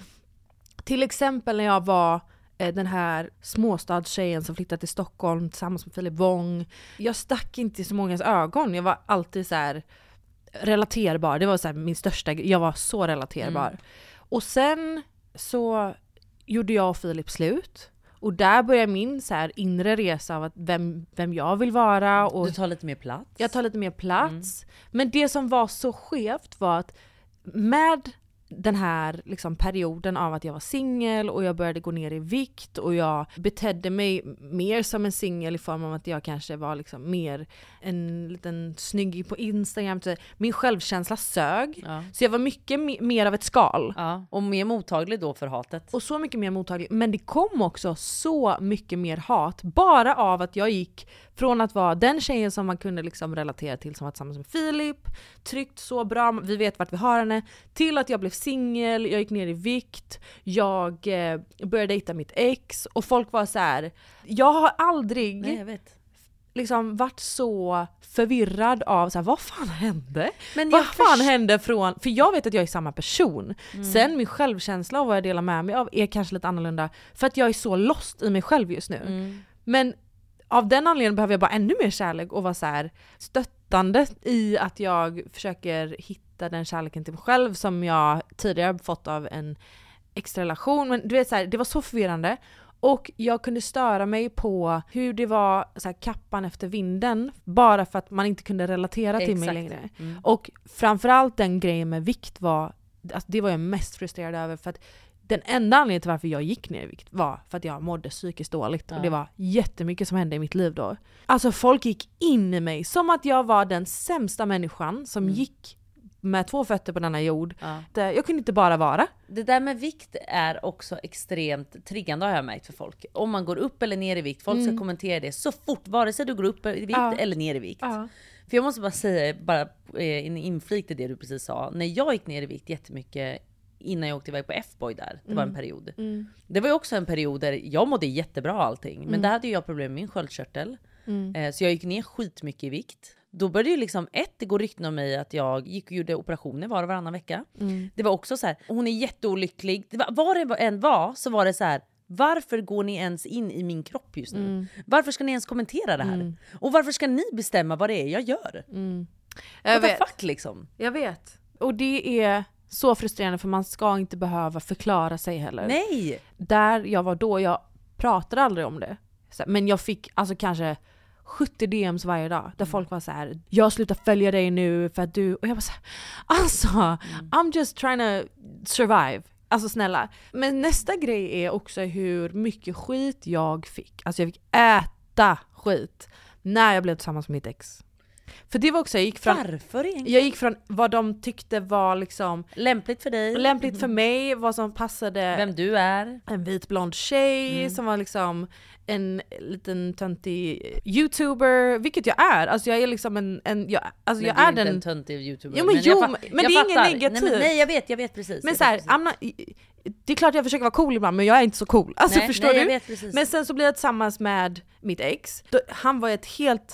Till exempel när jag var den här småstadstjejen som flyttade till Stockholm tillsammans med Filip Wong. Jag stack inte i så mångas ögon. Jag var alltid så här relaterbar. Det var så här min största grej. Jag var så relaterbar. Och sen så gjorde jag och Filip slut. Och där börjar min så här inre resa av att vem jag vill vara. Och du tar lite mer plats. Jag tar lite mer plats. Men det som var så skevt var att med den här liksom perioden av att jag var singel och jag började gå ner i vikt och jag betedde mig mer som en singel i form av att jag kanske var liksom mer en liten snyggig på Instagram. Min självkänsla sög. Så jag var mycket mer av ett skal. Och mer mottaglig då för hatet. Och så mycket mer mottaglig. Men det kom också så mycket mer hat bara av att jag gick från att vara den tjejen som man kunde liksom relatera till som var tillsammans med Filip, tryckt så bra, vi vet vart vi har henne, till att jag blev singel, jag gick ner i vikt, jag började dejta mitt ex och folk var så här. Jag har aldrig liksom varit så förvirrad av så här, vad fan hände? Men vad fan hände från, för jag vet att jag är samma person. Sen min självkänsla och vad jag delar med mig av är kanske lite annorlunda för att jag är så lost i mig själv just nu. Men av den anledningen behöver jag bara ännu mer kärlek och vara så här stöttande i att jag försöker hitta den kärleken till mig själv som jag tidigare fått av en extra relation. Men du vet så här, det var så förvirrande. Och jag kunde störa mig på hur det var så här, kappan efter vinden bara för att man inte kunde relatera till mig längre. Och framförallt den grejen med vikt var, alltså det var jag mest frustrerad över för att den enda anledningen till varför jag gick ner i vikt var för att jag mådde psykiskt dåligt. Och det var jättemycket som hände i mitt liv då. Alltså folk gick in i mig som att jag var den sämsta människan som gick med 2 fötter på denna jord. Jag kunde inte bara vara. Det där med vikt är också extremt triggande har jag märkt för folk. Om man går upp eller ner i vikt, folk ska kommentera det så fort, vare sig du går upp i vikt eller ner i vikt. För jag måste bara säga, bara en inflik till det du precis sa. När jag gick ner i vikt jättemycket innan jag åkte iväg på F-boy där. Det var en period. Det var ju också en period där jag mådde jättebra allting. Men där hade jag problem med min sköldkörtel. Så jag gick ner skitmycket i vikt. Då började ju liksom det går rykten om mig att jag gick och gjorde operationer var och varannan vecka. Det var också så här, hon är jätteolycklig. Var det än var så var det så här, varför går ni ens in i min kropp just nu? Varför ska ni ens kommentera det här? Och varför ska ni bestämma vad det är jag gör? Jag vet. Fuck liksom. Jag vet. Och det är så frustrerande för man ska inte behöva förklara sig heller. Nej! Där jag var då, jag pratade aldrig om det. Men jag fick alltså kanske 70 DMs varje dag där folk var så här: jag slutar följa dig nu för att du, och jag var så här, alltså I'm just trying to survive. Alltså snälla. Men nästa grej är också hur mycket skit jag fick. Alltså jag fick äta skit när jag blev tillsammans med mitt ex. För det var också, jag gick från vad de tyckte var liksom lämpligt för dig, lämpligt för mig, vad som passade, vem du är, en vit blond tjej som var liksom en liten töntig YouTuber, vilket jag är. Alltså jag är liksom jag är den en töntig YouTuber. Jo, men det är ingen negativ. Nej, jag vet precis. Men så här, det är klart jag försöker vara cool ibland, men jag är inte så cool. Alltså förstår du? Jag vet precis. Men sen så blir jag tillsammans med mitt ex. Han var ett helt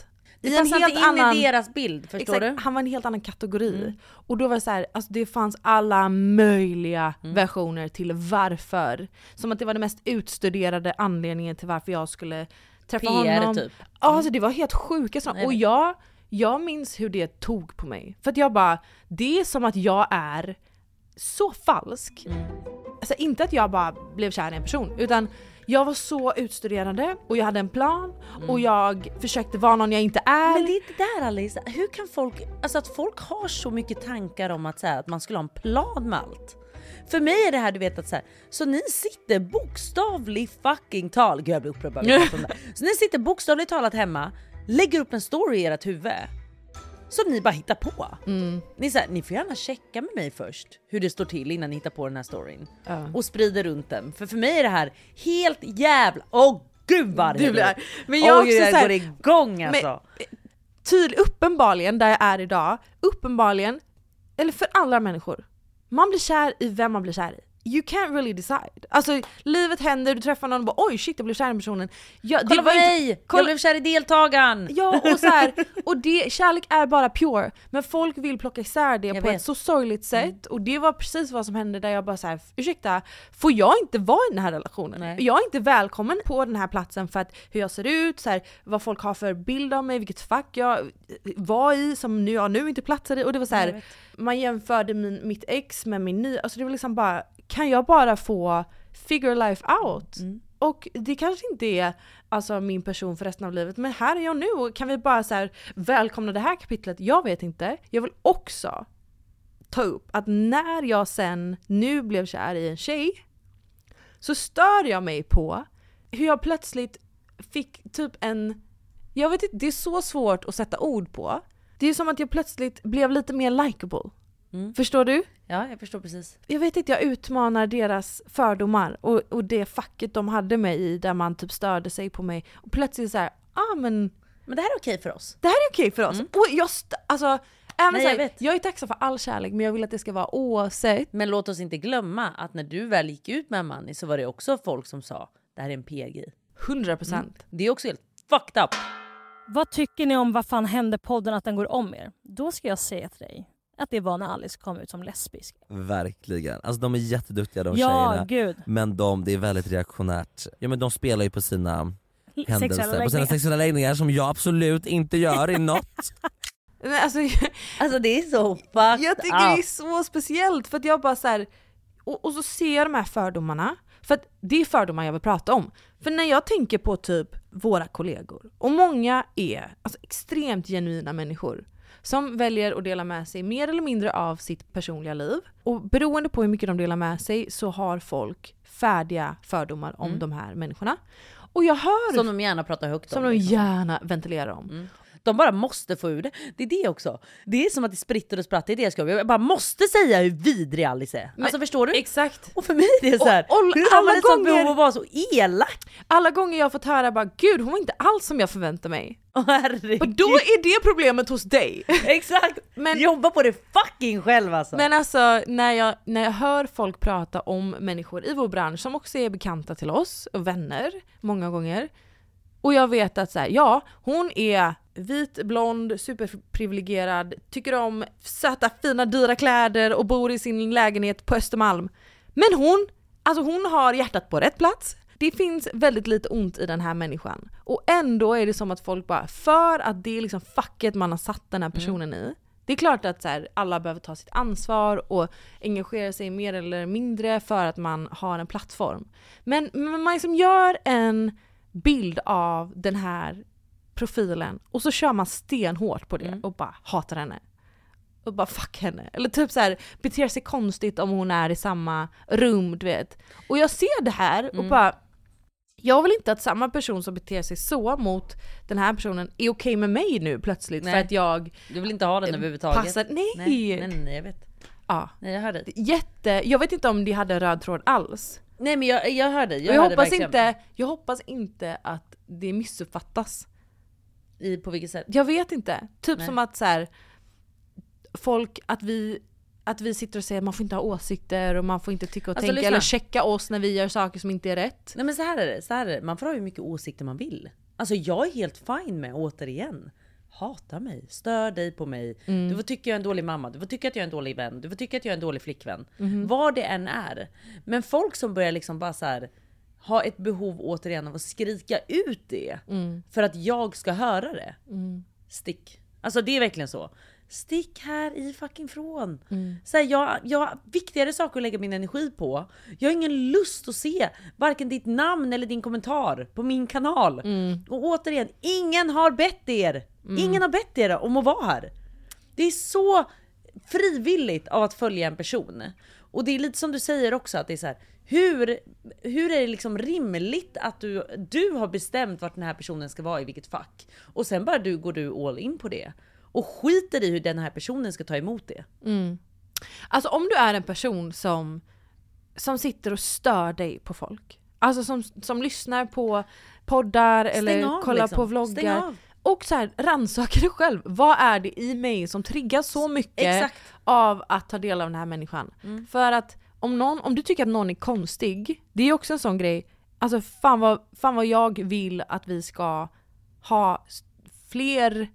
Det passar inte in i deras bild, förstår du? Han var en helt annan kategori. Och då var det så här, alltså det fanns alla möjliga versioner till varför. Som att det var den mest utstuderade anledningen till varför jag skulle träffa honom. Typ. Alltså det var helt sjuka. Och jag minns hur det tog på mig. För att jag bara, det är som att jag är så falsk. Alltså inte att jag bara blev kär i en person, utan jag var så utstuderande och jag hade en plan och jag försökte vara någon jag inte är. Men det är inte där, Alice. Hur kan folk, alltså att folk har så mycket tankar om att, så här, att man skulle ha en plan med allt. För mig är det här, du vet att så ni sitter bokstavligt fucking tal. Gud, jag blir upprörd. Så ni sitter bokstavligt talat hemma, lägger upp en story i ert huvud som ni bara hittar på. Ni får gärna checka med mig först hur det står till innan ni hittar på den här storyn. Och sprider runt den. För mig är det här helt jävla... Gud vad det är. Men jag också jag går igång alltså. Uppenbarligen där jag är idag. Uppenbarligen, eller för alla människor. Man blir kär i vem man blir kär i. You can't really decide. Alltså livet händer, du träffar någon och bara oj shit jag blev kär i den personen. Kolla på mig! Jag blev kär i deltagaren. Ja och så här, och kärlek är bara pure. Men folk vill plocka isär det på ett så sorgligt sätt. Och det var precis vad som hände där jag bara så här, ursäkta, får jag inte vara i den här relationen? Nej. Jag är inte välkommen på den här platsen för att hur jag ser ut, så här, vad folk har för bild av mig, vilket fack jag var i som jag nu inte platsade i. Och det var så här, man jämförde mitt ex med min nya, alltså det var liksom bara, kan jag bara få figure life out? Och det kanske inte är alltså min person för resten av livet, men här är jag nu och kan vi bara så här välkomna det här kapitlet? Jag vet inte. Jag vill också ta upp att när jag sen nu blev kär i en tjej så stör jag mig på hur jag plötsligt fick typ jag vet inte, det är så svårt att sätta ord på. Det är som att jag plötsligt blev lite mer likable. Förstår du? Ja, jag förstår precis. Jag vet inte, jag utmanar deras fördomar och det facket de hade mig i där man typ störde sig på mig. Och plötsligt så här, men det här är okej för oss. Det här är okej för oss. Och jag är tacksam för all kärlek, men jag vill att det ska vara oavsett. Men låt oss inte glömma att när du väl gick ut med en man så var det också folk som sa, det här är en PG. 100%. Det är också helt fucked up. Vad tycker ni om Vad fan hände podden att den går om er? Då ska jag säga till dig att det var när Alice kom ut som lesbisk. Verkligen. Alltså de är jätteduktiga de tjejerna. Gud. Men det är väldigt reaktionärt. Ja men de spelar ju på sina händelser, på sina sexuella läggningar som jag absolut inte gör i något. Alltså det är så fucked. Jag tycker det är så speciellt för att jag bara så här, och så ser jag de här fördomarna. För att det är fördomar jag vill prata om. För när jag tänker på typ våra kollegor, och många är alltså extremt genuina människor som väljer att dela med sig mer eller mindre av sitt personliga liv. Och beroende på hur mycket de delar med sig så har folk färdiga fördomar om de här människorna. Och jag hör... Som de gärna pratar högt om. Som de gärna ventilerar om. De bara måste få ur det. Det är det också. Det är som att det spritter och spratt. Det är det jag ska. Jag bara måste säga hur vidrig Alice är. Alltså förstår du? Exakt. Och för mig är det så här. Hur har man ett sånt behov att vara så elak? Alla gånger jag har fått höra bara, gud hon var inte alls som jag förväntade mig. Herregud. Och då är det problemet hos dig. Exakt. Men jobba på det fucking själv alltså. Men alltså när jag hör folk prata om människor i vår bransch som också är bekanta till oss och vänner många gånger. Och jag vet att så här, ja, hon är vit, blond, superprivilegierad, tycker om söta, fina, dyra kläder och bor i sin lägenhet på Östermalm. Men hon har hjärtat på rätt plats. Det finns väldigt lite ont i den här människan. Och ändå är det som att folk bara, för att det är liksom facket man har satt den här personen i. Det är klart att så här, alla behöver ta sitt ansvar och engagera sig mer eller mindre för att man har en plattform. Men man liksom gör en bild av den här profilen och så kör man stenhårt på det och bara hatar henne. Och bara fuck henne. Eller typ så här beter sig konstigt om hon är i samma rum, du vet. Och jag ser det här och bara, jag vill inte att samma person som beter sig så mot den här personen är okej med mig nu plötsligt. Nej. För att jag... Du vill inte ha den överhuvudtaget? Passar, nej, jag vet. Ja. Nej, jag hörde. Jag vet inte om de hade röd tråd alls. Nej, men jag hörde. Jag hoppas inte att det missuppfattas. På vilket sätt? Jag vet inte. Typ som att så här, folk, att vi sitter och säger att man får inte ha åsikter och man får inte tycka och tänka eller checka oss när vi gör saker som inte är rätt. Nej, men så här är det. Man får ha hur mycket åsikter man vill. Alltså jag är helt fine med, återigen, hata mig, stör dig på mig. Du får tycka jag är en dålig mamma, du får tycka att jag är en dålig vän, du får tycka att jag är en dålig flickvän. Vad det än är. Men folk som börjar liksom bara så här, ha ett behov återigen av att skrika ut det för att jag ska höra det. Stick. Alltså det är verkligen så. Stick här i fucking från. Så här, jag har viktigare saker att lägga min energi på. Jag har ingen lust att se varken ditt namn eller din kommentar på min kanal. Och återigen, ingen har bett er. Ingen har bett er om att vara här. Det är så frivilligt av att följa en person. Och det är lite som du säger också, att det är så här, hur är det liksom rimligt att du har bestämt vart den här personen ska vara i vilket fack, och sen bara går du all in på det och skiter i hur den här personen ska ta emot det. Alltså om du är en person som sitter och stör dig på folk, alltså som lyssnar på poddar eller kollar liksom på vloggar och så här, rannsaka dig själv. Vad är det i mig som triggar så mycket av att ta del av den här människan? För att om du tycker att någon är konstig, det är också en sån grej. Alltså fan vad jag vill att vi ska ha fler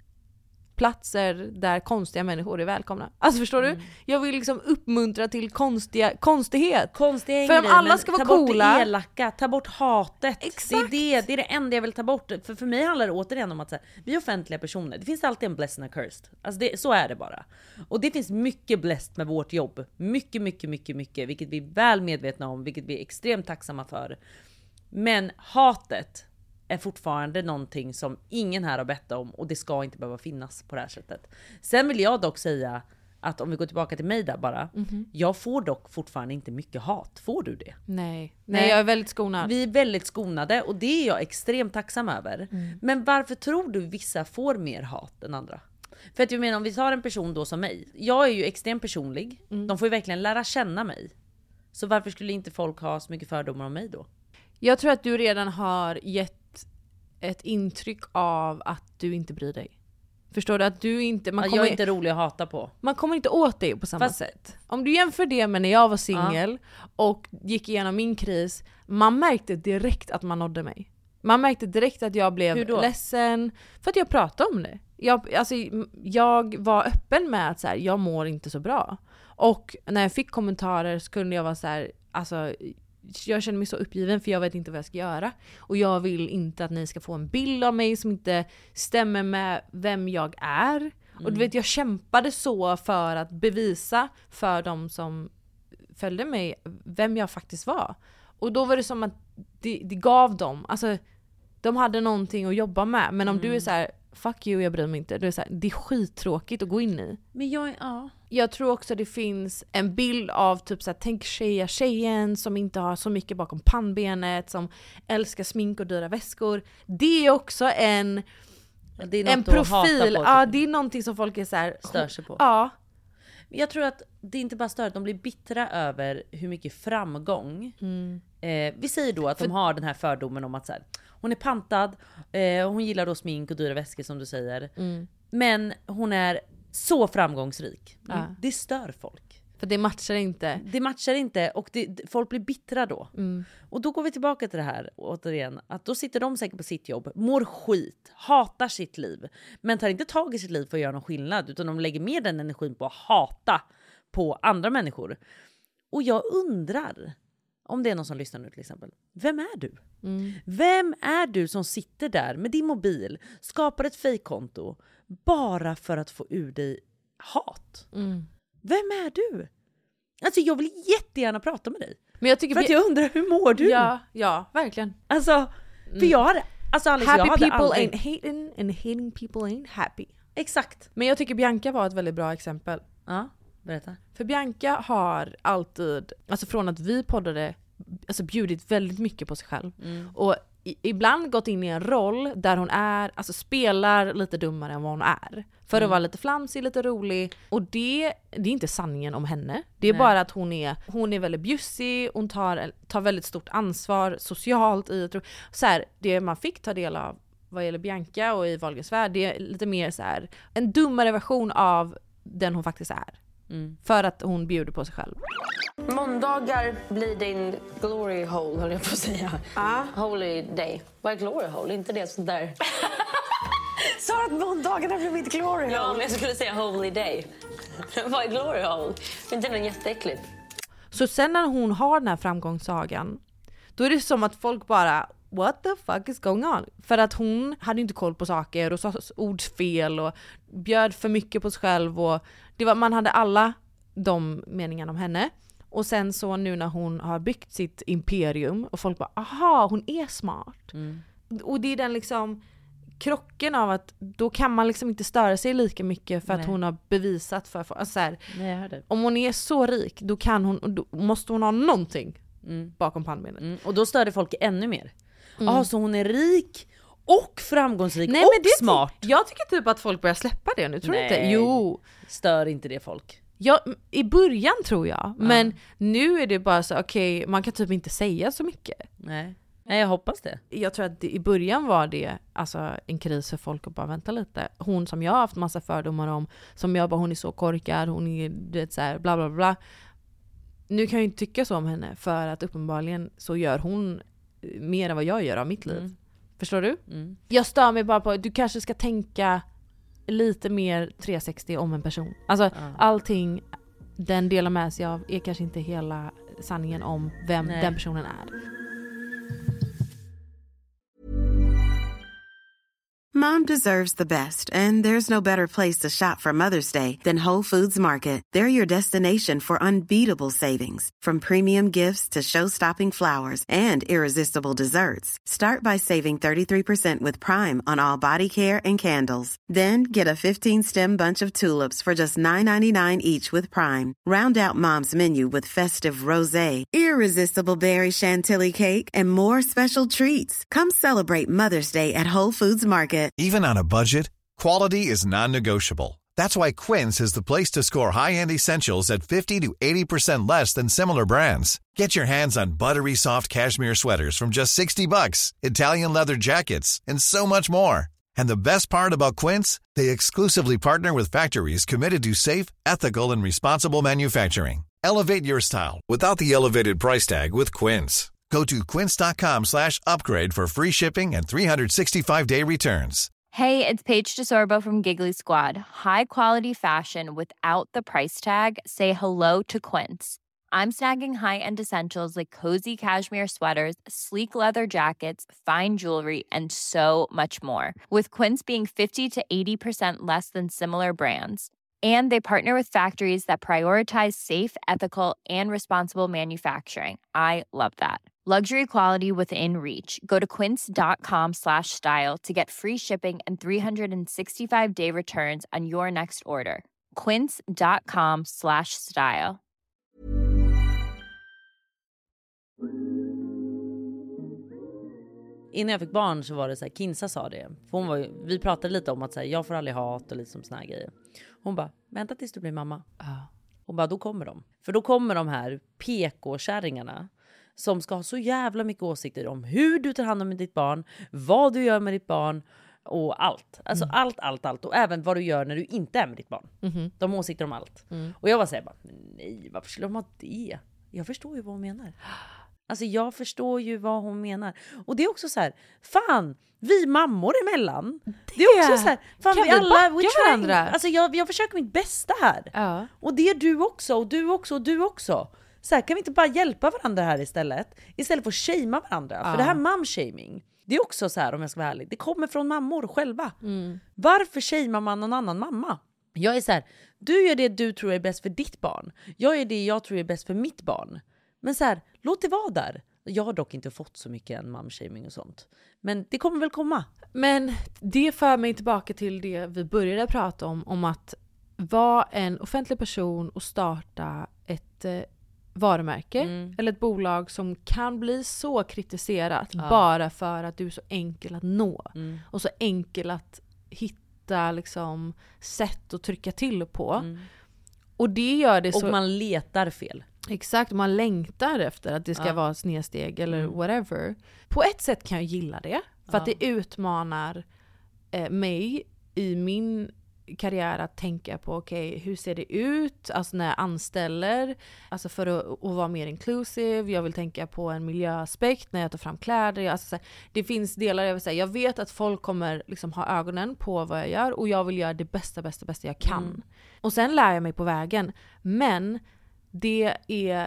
platser där konstiga människor är välkomna. Alltså förstår du? Jag vill liksom uppmuntra till konstighet. För om alla ska vara coola, ta bort det elaka, ta bort hatet. Exakt. Det är det enda jag vill ta bort. För mig handlar det återigen om att så här, vi är offentliga personer. Det finns alltid en blessed and a cursed. Alltså så är det bara. Och det finns mycket blessed med vårt jobb. Mycket, vilket vi är väl medvetna om, vilket vi är extremt tacksamma för. Men hatet är fortfarande någonting som ingen här har bett om, och det ska inte behöva finnas på det här sättet. Sen vill jag dock säga att om vi går tillbaka till mig där bara, jag får dock fortfarande inte mycket hat. Får du det? Nej, jag är väldigt skonad. Vi är väldigt skonade, och det är jag extremt tacksam över. Men varför tror du vissa får mer hat än andra? För att jag menar, om vi tar en person då som mig, jag är ju extremt personlig. De får ju verkligen lära känna mig. Så varför skulle inte folk ha så mycket fördomar om mig då? Jag tror att du redan har gett ett intryck av att du inte bryr dig. Förstår du? Att du inte... jag är inte rolig att hata på. Man kommer inte åt dig på samma sätt. Om du jämför det med när jag var singel och gick igenom min kris, man märkte direkt att man nådde mig. Man märkte direkt att jag blev ledsen för att jag pratade om det. Jag var öppen med att så här, jag mår inte så bra. Och när jag fick kommentarer så kunde jag vara så här, alltså... Jag känner mig så uppgiven för jag vet inte vad jag ska göra. Och jag vill inte att ni ska få en bild av mig som inte stämmer med vem jag är. Och du vet, jag kämpade så för att bevisa för dem som följde mig vem jag faktiskt var. Och då var det som att det gav dem, alltså de hade någonting att jobba med. Men om du är så här, fuck you, jag bryr mig inte. Du är så här, det är skittråkigt att gå in i. Men jag tror också det finns en bild av typ så här, tänk tjejen som inte har så mycket bakom pannbenet, som älskar smink och dyra väskor. Det är också en profil. Ja, det är någonting som folk är så här, stör sig på. Ja. Jag tror att det inte bara stör, de blir bittra över hur mycket framgång. Vi säger då att de har den här fördomen om att så här, hon är pantad, hon gillar då smink och dyra väskor som du säger. Men hon är så framgångsrik. Det stör folk. För det matchar inte. Det matchar inte, och folk blir bittra då. Och då går vi tillbaka till det här återigen. Att då sitter de säkert på sitt jobb, mår skit, hatar sitt liv. Men tar inte tag i sitt liv för att göra någon skillnad. Utan de lägger mer den energin på att hata på andra människor. Och jag undrar, om det är någon som lyssnar nu till exempel. Vem är du? Vem är du som sitter där med din mobil, skapar ett fejkkonto bara för att få ur dig hat? Vem är du? Alltså jag vill jättegärna prata med dig. Men jag tycker för att jag undrar, hur mår du? Ja, verkligen. Alltså, för jag hade... Alltså Alice, happy jag hade people aldrig... ain't hating and hating people ain't happy. Exakt. Men jag tycker Bianca var ett väldigt bra exempel. Ja, berätta. För Bianca har alltid, alltså från att vi poddade, alltså bjudit väldigt mycket på sig själv. Och ibland gått in i en roll där hon är, alltså spelar lite dummare än vad hon är. För att vara lite flamsig, lite rolig. Och det är inte sanningen om henne. Det är bara att hon är väldigt bjussig. Hon tar väldigt stort ansvar socialt. Så här, det man fick ta del av vad gäller Bianca och i Wahlgrens värld, det är lite mer så här, en dummare version av den hon faktiskt är. För att hon bjuder på sig själv. Måndagar blir din glory hole, höll jag på att säga. Holy day. Vad är glory hole? Inte det sånt där? Sa att måndagarna blev mitt glory hole? Ja, men jag skulle säga holy day. Vad är glory hole? Det är inte något jätteäckligt. Så sen när hon har den här framgångssagan, då är det som att folk bara, what the fuck is going on? För att hon hade inte koll på saker och sa ordsfel och bjöd för mycket på sig själv. Och man hade alla de meningarna om henne. Och sen så nu när hon har byggt sitt imperium och folk bara, aha, hon är smart. Och det är den liksom krocken av att då kan man liksom inte störa sig lika mycket för att hon har bevisat för alltså så här, om hon är så rik då måste hon ha någonting bakom pannbenet. Och då stör det folk ännu mer. Så hon är rik och framgångsrik och smart. Jag tycker typ att folk börjar släppa det nu, tror du inte? Jo. Stör inte det folk? Ja, i början tror jag. Men nu är det bara så, okej, man kan typ inte säga så mycket. Nej, jag hoppas det. Jag tror att i början var det alltså en kris för folk att bara vänta lite. Hon som jag har haft massa fördomar om, som jag bara, hon är så korkad, hon är så här, bla bla bla. Nu kan jag inte tycka så om henne, för att uppenbarligen så gör hon mer än vad jag gör av mitt liv. Förstår du? Jag stör mig bara på att du kanske ska tänka lite mer 360 om en person. Alltså allting den delar med sig av är kanske inte hela sanningen om vem den personen är. Mom deserves the best, and there's no better place to shop for Mother's Day than Whole Foods Market. They're your destination for unbeatable savings, from premium gifts to show-stopping flowers and irresistible desserts. Start by saving 33% with Prime on all body care and candles. Then get a 15-stem bunch of tulips for just $9.99 each with Prime. Round out Mom's menu with festive rosé, irresistible berry chantilly cake, and more special treats. Come celebrate Mother's Day at Whole Foods Market. Even on a budget, quality is non-negotiable. That's why Quince is the place to score high-end essentials at 50 to 80% less than similar brands. Get your hands on buttery soft cashmere sweaters from just $60, Italian leather jackets, and so much more. And the best part about Quince, they exclusively partner with factories committed to safe, ethical, and responsible manufacturing. Elevate your style without the elevated price tag with Quince. Go to quince.com/upgrade for free shipping and 365-day returns. Hey, it's Paige DeSorbo from Giggly Squad. High quality fashion without the price tag. Say hello to Quince. I'm snagging high-end essentials like cozy cashmere sweaters, sleek leather jackets, fine jewelry, and so much more. With Quince being 50 to 80% less than similar brands. And they partner with factories that prioritize safe, ethical, and responsible manufacturing. I love that. Luxury quality within reach. Go to quince.com/style to get free shipping and 365-day returns on your next order. Quince.com/style. Innan jag fick barn så var det så här, Kinsa sa det. För vi pratade lite om att så här, jag får aldrig hat och liksom såna här grejer. Hon bara, vänta tills du blir mamma. Hon bara, då kommer de. För då kommer de här PK-kärringarna som ska ha så jävla mycket åsikter om hur du tar hand om ditt barn, vad du gör med ditt barn och allt. Alltså allt. Och även vad du gör när du inte är med ditt barn. De åsikter om allt. Och jag var så här, nej, varför skulle de ha det? Jag förstår ju vad hon menar. Alltså jag förstår ju vad hon menar. Och det är också så här, fan, vi mammor emellan. Det är också så här, fan, vi alla varandra. Alltså jag försöker mitt bästa här. Ja. Och det är du också, och du också, och du också. Så här, kan vi inte bara hjälpa varandra här istället? Istället för att shamea varandra. Ja. För det här mom-shaming, det är också så här, om jag ska vara ärlig, det kommer från mammor själva. Varför shamear man någon annan mamma? Jag är så här, du gör det du tror är bäst för ditt barn. Jag gör det jag tror är bäst för mitt barn. Men så här, låt det vara där. Jag har dock inte fått så mycket än mom-shaming och sånt. Men det kommer väl komma. Men det för mig tillbaka till det vi började prata om att vara en offentlig person och starta ett varumärke eller ett bolag som kan bli så kritiserat bara för att du är så enkel att nå och så enkel att hitta liksom sätt att trycka till på. Och det gör det så... Och man letar fel. Exakt, man längtar efter att det ska vara snedsteg eller whatever. På ett sätt kan jag gilla det. För att det utmanar mig i min karriär att tänka på hur ser det ut alltså när jag anställer, alltså för att vara mer inclusive. Jag vill tänka på en miljöaspekt när jag tar fram kläder. Alltså, det finns delar jag vill säga. Jag vet att folk kommer liksom ha ögonen på vad jag gör och jag vill göra det bästa jag kan. Och sen lär jag mig på vägen. Men det är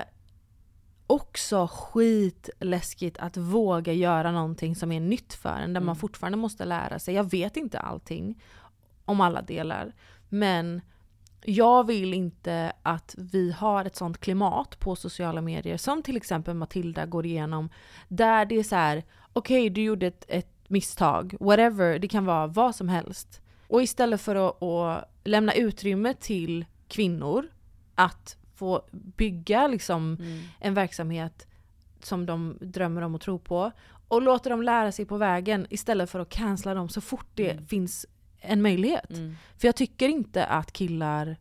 också skitläskigt att våga göra någonting som är nytt för en, där man fortfarande måste lära sig. Jag vet inte allting om alla delar, men jag vill inte att vi har ett sånt klimat på sociala medier som till exempel Matilda går igenom, där det är så här: okej, du gjorde ett misstag, whatever, det kan vara vad som helst. Och istället för att lämna utrymme till kvinnor att få bygga liksom en verksamhet som de drömmer om och tror på, och låta dem lära sig på vägen istället för att cancella dem så fort det finns en möjlighet. För jag tycker inte att killar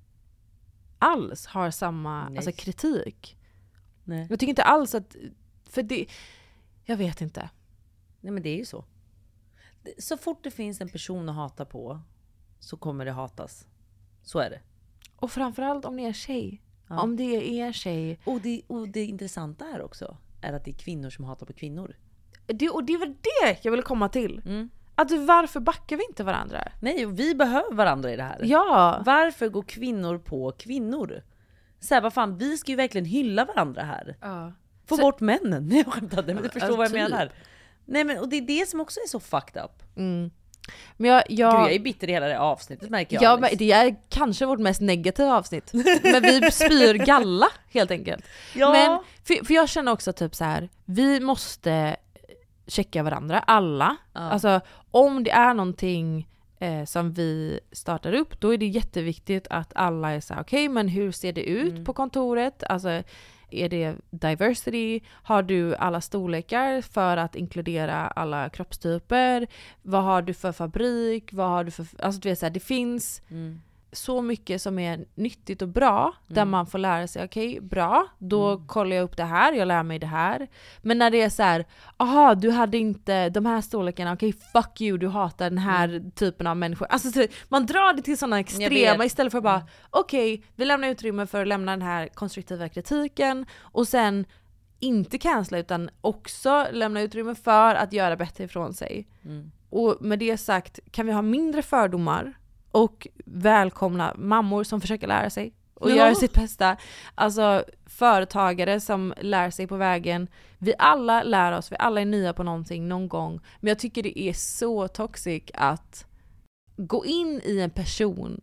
alls har samma alltså, kritik. Nej. Jag tycker inte alls att, för det, jag vet inte. Nej, men det är ju så. Så fort det finns en person att hata på så kommer det hatas. Så är det. Och framförallt om det är tjej. Ja. Om det är tjej. Och det intressanta här också är att det är kvinnor som hatar på kvinnor. Och det var det jag ville komma till. Att varför backar vi inte varandra? Nej, vi behöver varandra i det här. Ja. Varför går kvinnor på kvinnor? Så här, vad fan, vi ska ju verkligen hylla varandra här. Ja. Få bort männen. Nej, jag skämtade, men du förstår vad jag menar. Nej, men och det är det som också är så fucked up. Men jag är bitter i hela det avsnittet, märker jag. Ja, men det är kanske vårt mest negativa avsnitt. Men vi spyr galla helt enkelt. Ja. Men för jag känner också typ så här: vi måste checka varandra, alla. Ja. Alltså om det är någonting som vi startar upp, då är det jätteviktigt att alla är så här: okej, men hur ser det ut på kontoret? Alltså är det diversity? Har du alla storlekar för att inkludera alla kroppstyper? Vad har du för fabrik? Vad har du för... Alltså du vet så här, det finns så mycket som är nyttigt och bra, där man får lära sig, okej, bra, då kollar jag upp det här, jag lär mig det här. Men när det är så här: aha, du hade inte de här storlekarna, okej, fuck you, du hatar den här typen av människor. Alltså så, man drar det till sådana extrema istället för bara, okej, vi lämnar utrymme för att lämna den här konstruktiva kritiken och sen inte cancella utan också lämna utrymme för att göra bättre ifrån sig. Och med det sagt, kan vi ha mindre fördomar och välkomna mammor som försöker lära sig och göra sitt bästa. Alltså företagare som lär sig på vägen. Vi alla lär oss, vi alla är nya på någonting någon gång. Men jag tycker det är så toxic att gå in i en person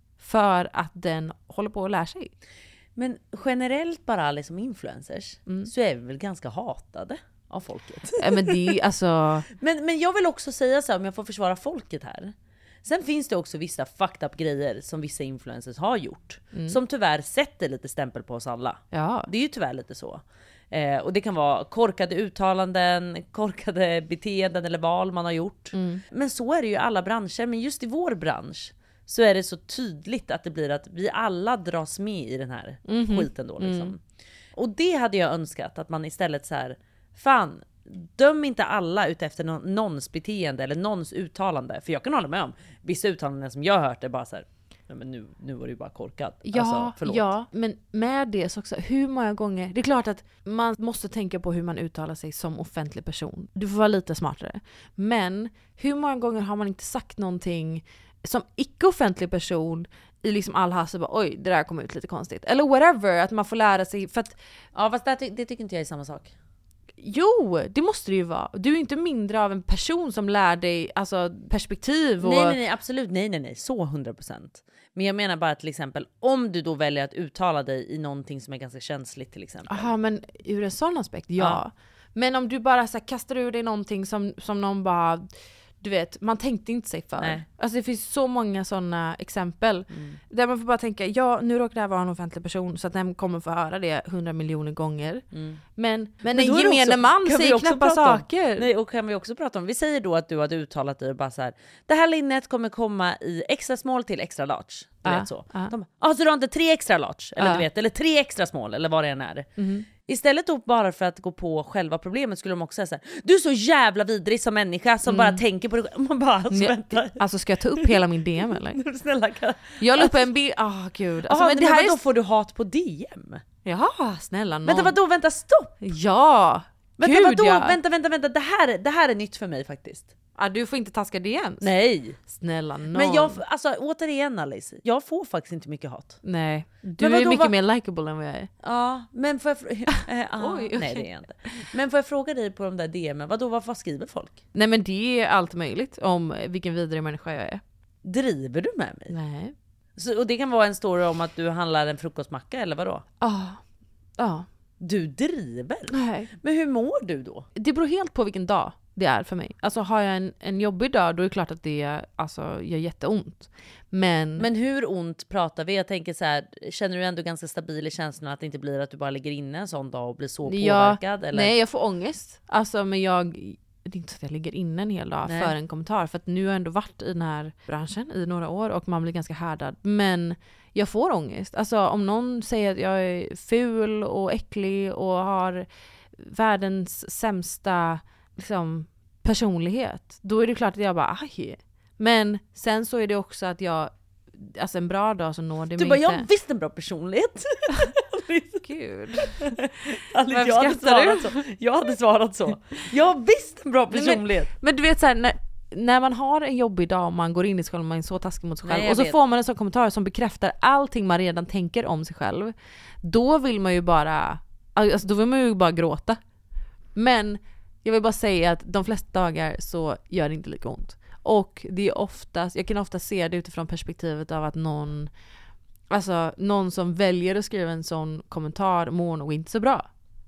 för att den håller på att lära sig. Men generellt bara liksom influencers så är vi väl ganska hatade av folket. Men det alltså... men jag vill också säga så här, om jag får försvara folket här. Sen finns det också vissa fucked up grejer som vissa influencers har gjort. Som tyvärr sätter lite stämpel på oss alla. Ja. Det är ju tyvärr lite så. Och det kan vara korkade uttalanden, korkade beteenden eller val man har gjort. Men så är det ju i alla branscher. Men just i vår bransch så är det så tydligt att det blir att vi alla dras med i den här skiten då liksom. Och det hade jag önskat, att man istället så här: fan, döm inte alla utefter någons beteende eller någons uttalande. För jag kan hålla med om vissa uttalanden som jag har hört är bara så här: nej, men nu var det ju bara korkat. Ja, alltså, förlåt. Ja, men med det så också, hur många gånger, det är klart att man måste tänka på hur man uttalar sig som offentlig person. Du får vara lite smartare. Men hur många gånger har man inte sagt någonting som icke-offentlig person i liksom all hast och bara, oj, det där kom ut lite konstigt. Eller whatever, att man får lära sig för att... Ja, fast det tycker inte jag är samma sak. Jo, det måste det ju vara. Du är ju inte mindre av en person som lär dig alltså perspektiv och... Nej, absolut. Nej. Så 100%. Men jag menar bara till exempel, om du då väljer att uttala dig i någonting som är ganska känsligt till exempel. Jaha, men ur en sån aspekt, ja. Men om du bara så här, kastar ur dig någonting som någon bara... Du vet, man tänkte inte sig för. Nej. Alltså det finns så många sådana exempel. Där man får bara tänka, ja, nu råkar det här vara en offentlig person så att den kommer få höra det 100 miljoner gånger. Men en gemene man säger knäppa saker. Nej, och kan vi också prata om, vi säger då att du hade uttalat dig bara så här: det här linnet kommer komma i extra small till extra large. Du vet så. Så du har inte 3 extra large eller du vet, eller 3 extra small eller vad det än är. Istället då bara för att gå på själva problemet skulle de också säga så här: du är så jävla vidrig som människa som bara tänker på det. Man bara, alltså ska jag ta upp hela min DM eller? Snälla, jag la upp en bild, gud. Alltså, men det här då får du hat på DM? Ja, snälla någon. Vänta, stopp! Ja, Vänta, det här är nytt för mig faktiskt. Du får inte taska DMs. Nej. Snälla någon. Men jag, alltså återigen Alice, jag får faktiskt inte mycket hat. Nej, du är mycket mer likable än vad jag är. Ja, men får jag nej det är jag inte. Men får jag fråga dig på de där DM:en, vad skriver folk? Nej men det är allt möjligt om vilken vidrig människa jag är. Driver du med mig? Nej. Så, och det kan vara en story om att du handlar en frukostmacka eller vadå? Ja. Du driver? Nej. Men hur mår du då? Det beror helt på vilken dag det är för mig. Alltså har jag en jobbig dag, då är det klart att det alltså, gör jätteont. Men hur ont pratar vi? Jag tänker så här, känner du ändå ganska stabil i känslan att det inte blir att du bara ligger inne en sån dag och blir så påverkad? Eller? Nej, jag får ångest. Alltså, men det är inte så att jag ligger inne en hel dag för en kommentar. För att nu har jag ändå varit i den här branschen i några år och man blir ganska härdad. Men jag får ångest. Alltså om någon säger att jag är ful och äcklig och har världens sämsta liksom, personlighet, då är det klart att jag bara aj. Men sen så är det också att jag, alltså en bra dag så når det mig inte. Du bara, inte. jag visst en bra personlighet. Gud. Alice, jag hade svarat så. Jag visst en bra personlighet. Men du vet så här, när man har en jobbig dag och man går in i skolan, man är så taskig mot sig själv. Och så får man en sån kommentar som bekräftar allting man redan tänker om sig själv. Då vill man ju bara, alltså då vill man ju bara gråta. Men jag vill bara säga att de flesta dagar så gör det inte lika ont. Och det är oftast, jag kan ofta se det utifrån perspektivet av att någon som väljer att skriva en sån kommentar mår nog inte så bra.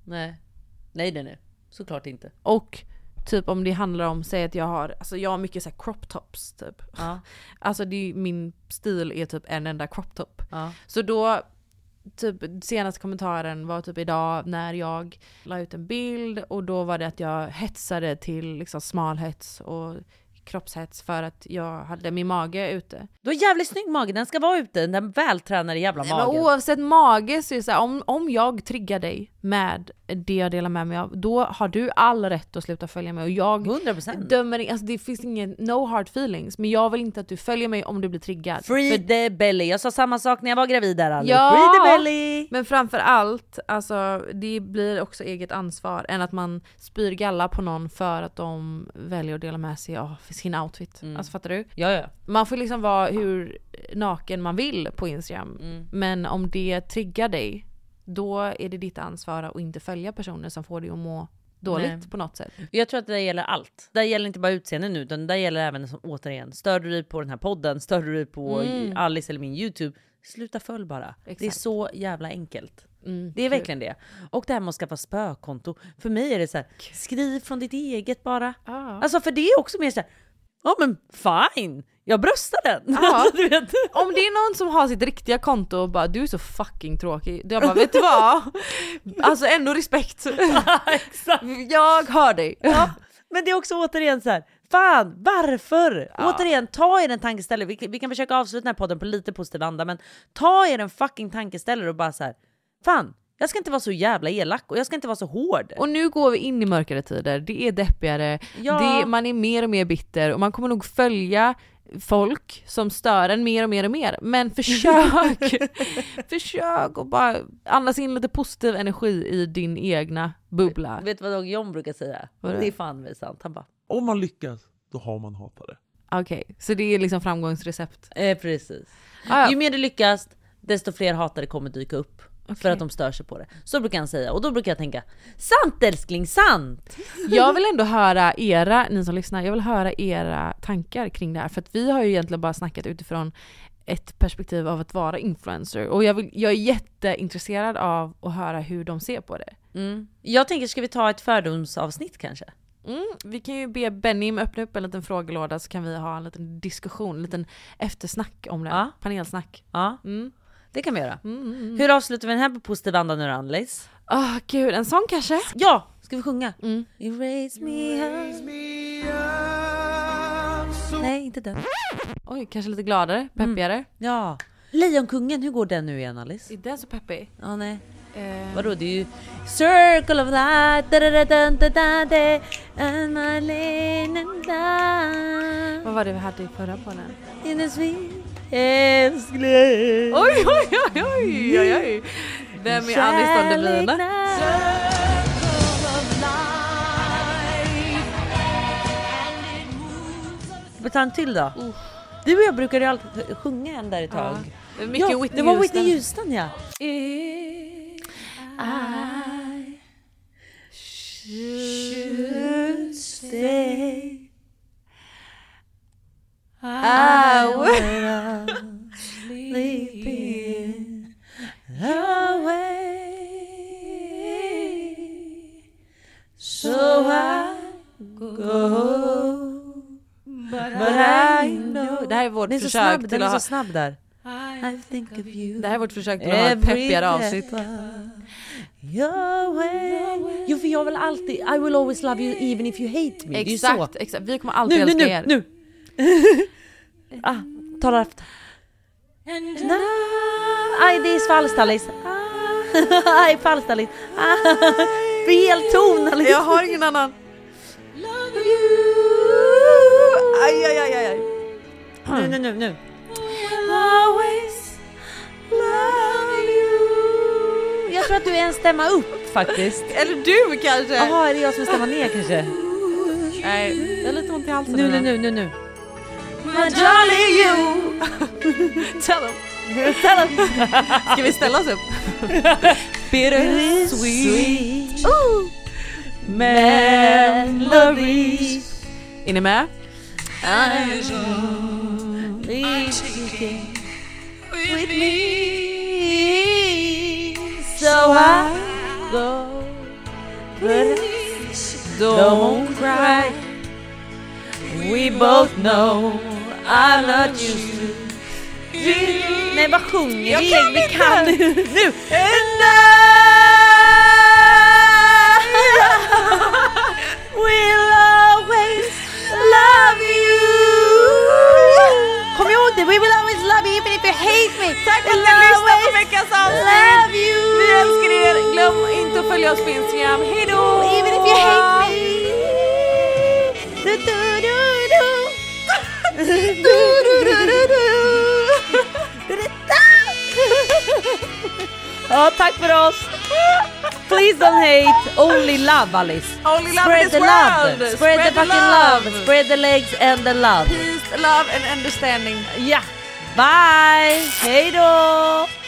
Nej, såklart inte. Och typ om det handlar om, säg att jag har mycket så här crop tops typ. Ja. Alltså min stil är typ en enda crop top. Ja. Så då typ senaste kommentaren var typ idag när jag la ut en bild och då var det att jag hetsade till liksom smalhets och kroppshets för att jag hade min mage ute. Du har jävligt snygg mage, den ska vara ute, den vältränade jävla magen. Men oavsett mage så är det så här, om jag triggar dig med det jag delar med mig av, då har du all rätt att sluta följa mig och jag 100%. dömer, alltså det finns ingen no hard feelings, men jag vill inte att du följer mig om du blir triggad. Free the belly, jag sa samma sak när jag var gravid där Alice. Ja, free the belly. Men framför allt, alltså det blir också eget ansvar än att man spyr galla på någon för att de väljer att dela med sig av sin outfit. Alltså fattar du? Ja. Man får liksom vara hur naken man vill på Instagram. Men om det triggar dig, då är det ditt ansvar att inte följa personer som får dig att må dåligt på något sätt. Jag tror att det gäller allt. Det gäller inte bara utseende nu, utan det gäller även som, återigen, stör du dig på den här podden, stör du dig på Alice eller min YouTube, sluta följ bara. Exakt. Det är så jävla enkelt. Det är verkligen det. Och det här med att skaffa spökonto. För mig är det så här, skriv från ditt eget bara. Alltså för det är också mer så här, men fine, jag bröstar den. Alltså, du vet. Om det är någon som har sitt riktiga konto och bara, du är så fucking tråkig. Jag bara, vet du vad? Alltså ändå respekt. Exakt. Jag hör dig. Ja, men det är också återigen så här, fan, varför? Återigen, ta er en tankeställare. Vi kan försöka avsluta den här podden på lite positiv anda, men ta er en fucking tankeställare och bara så här, fan, jag ska inte vara så jävla elak och jag ska inte vara så hård. Och nu går vi in i mörkare tider. Det är deppigare. Man är mer och mer bitter och man kommer nog följa folk som stör en mer och mer och mer. Men försök och bara andas in lite positiv energi i din egna bubbla. Vet du vad Dag John brukar säga? Det är fan sant. Han bara, om man lyckas, då har man hatare. Okej, så det är liksom framgångsrecept. Precis. Ju mer du lyckas, desto fler hatare kommer dyka upp. För att de stör sig på det. Så brukar han säga. Och då brukar jag tänka, sant älskling, sant! Jag vill ändå höra ni som lyssnar, jag vill höra era tankar kring det här. För att vi har ju egentligen bara snackat utifrån ett perspektiv av att vara influencer. Och jag är jätteintresserad av att höra hur de ser på det. Jag tänker, ska vi ta ett fördomsavsnitt kanske? Vi kan ju be Benny öppna upp en liten frågelåda, så kan vi ha en liten diskussion, en liten eftersnack om det. Panelsnack. Ja. Det kan vi göra. Hur avslutar vi den här på positiv anda nu, Annelies? Gud, en sån kanske? Ja, ska vi sjunga? You raise me up. Nej, inte den. Oj, kanske lite gladare, peppigare. Ja. Lejonkungen, hur går den nu igen, Alice? Är den så peppig? Ja, nej. Vadå, det är ju Circle of Life. Vad var det vi hade i förra på den? In a sweet älskling. Oj. Vem är Aniston Devine? Ta en till då. Du och jag brukar ju alltid sjunga en där ett tag. Mycket ja, Whitney det var Houston. Whitney Houston, ja. I should stay, I will sleep in your way, so I go. But I know. Det här är vårt den är försök snabb, till den är att så snabb där. I think of you. Det här är vårt försök till att ha ett peppigare avsnitt. Your way. Jo, för jag vill alltid I will always love you even if you hate me. Exakt, det är exakt. Vi kommer alltid älska er. Nu. Ta det efter. Aj, det är falstallis. Aj, falstallis. Fel ton. Jag har ingen annan. Love you. Aj. Nu. Always love you. Jag tror att du är en stämma upp faktiskt. Eller du kanske. Jaha, är det jag som stämmer ner kanske? Nej, jag har lite ont i halsen. Nu. My jolly you. Tell them. Ska vi ställa oss upp? Bitter sweet memories. Är ni med? With me, so I go, but don't cry. We both know I'm not used to. Nej, vad sjunger vi? Vi kan nu. We'll always love you. Kom ihåg det, we will always love you even if you hate me. Tack för att ni lyssnar på veckans avsnitt. Love you. Vi älskar er. Glöm inte att följa oss på Instagram. Hej då. Even if you hate me. Ja, tack för oss. Please don't hate, only love, Alice. Only love Spread in this the world. love. Spread the fucking love. Spread the legs and the love. Peace, love and understanding. Ja. Bye. Hej då.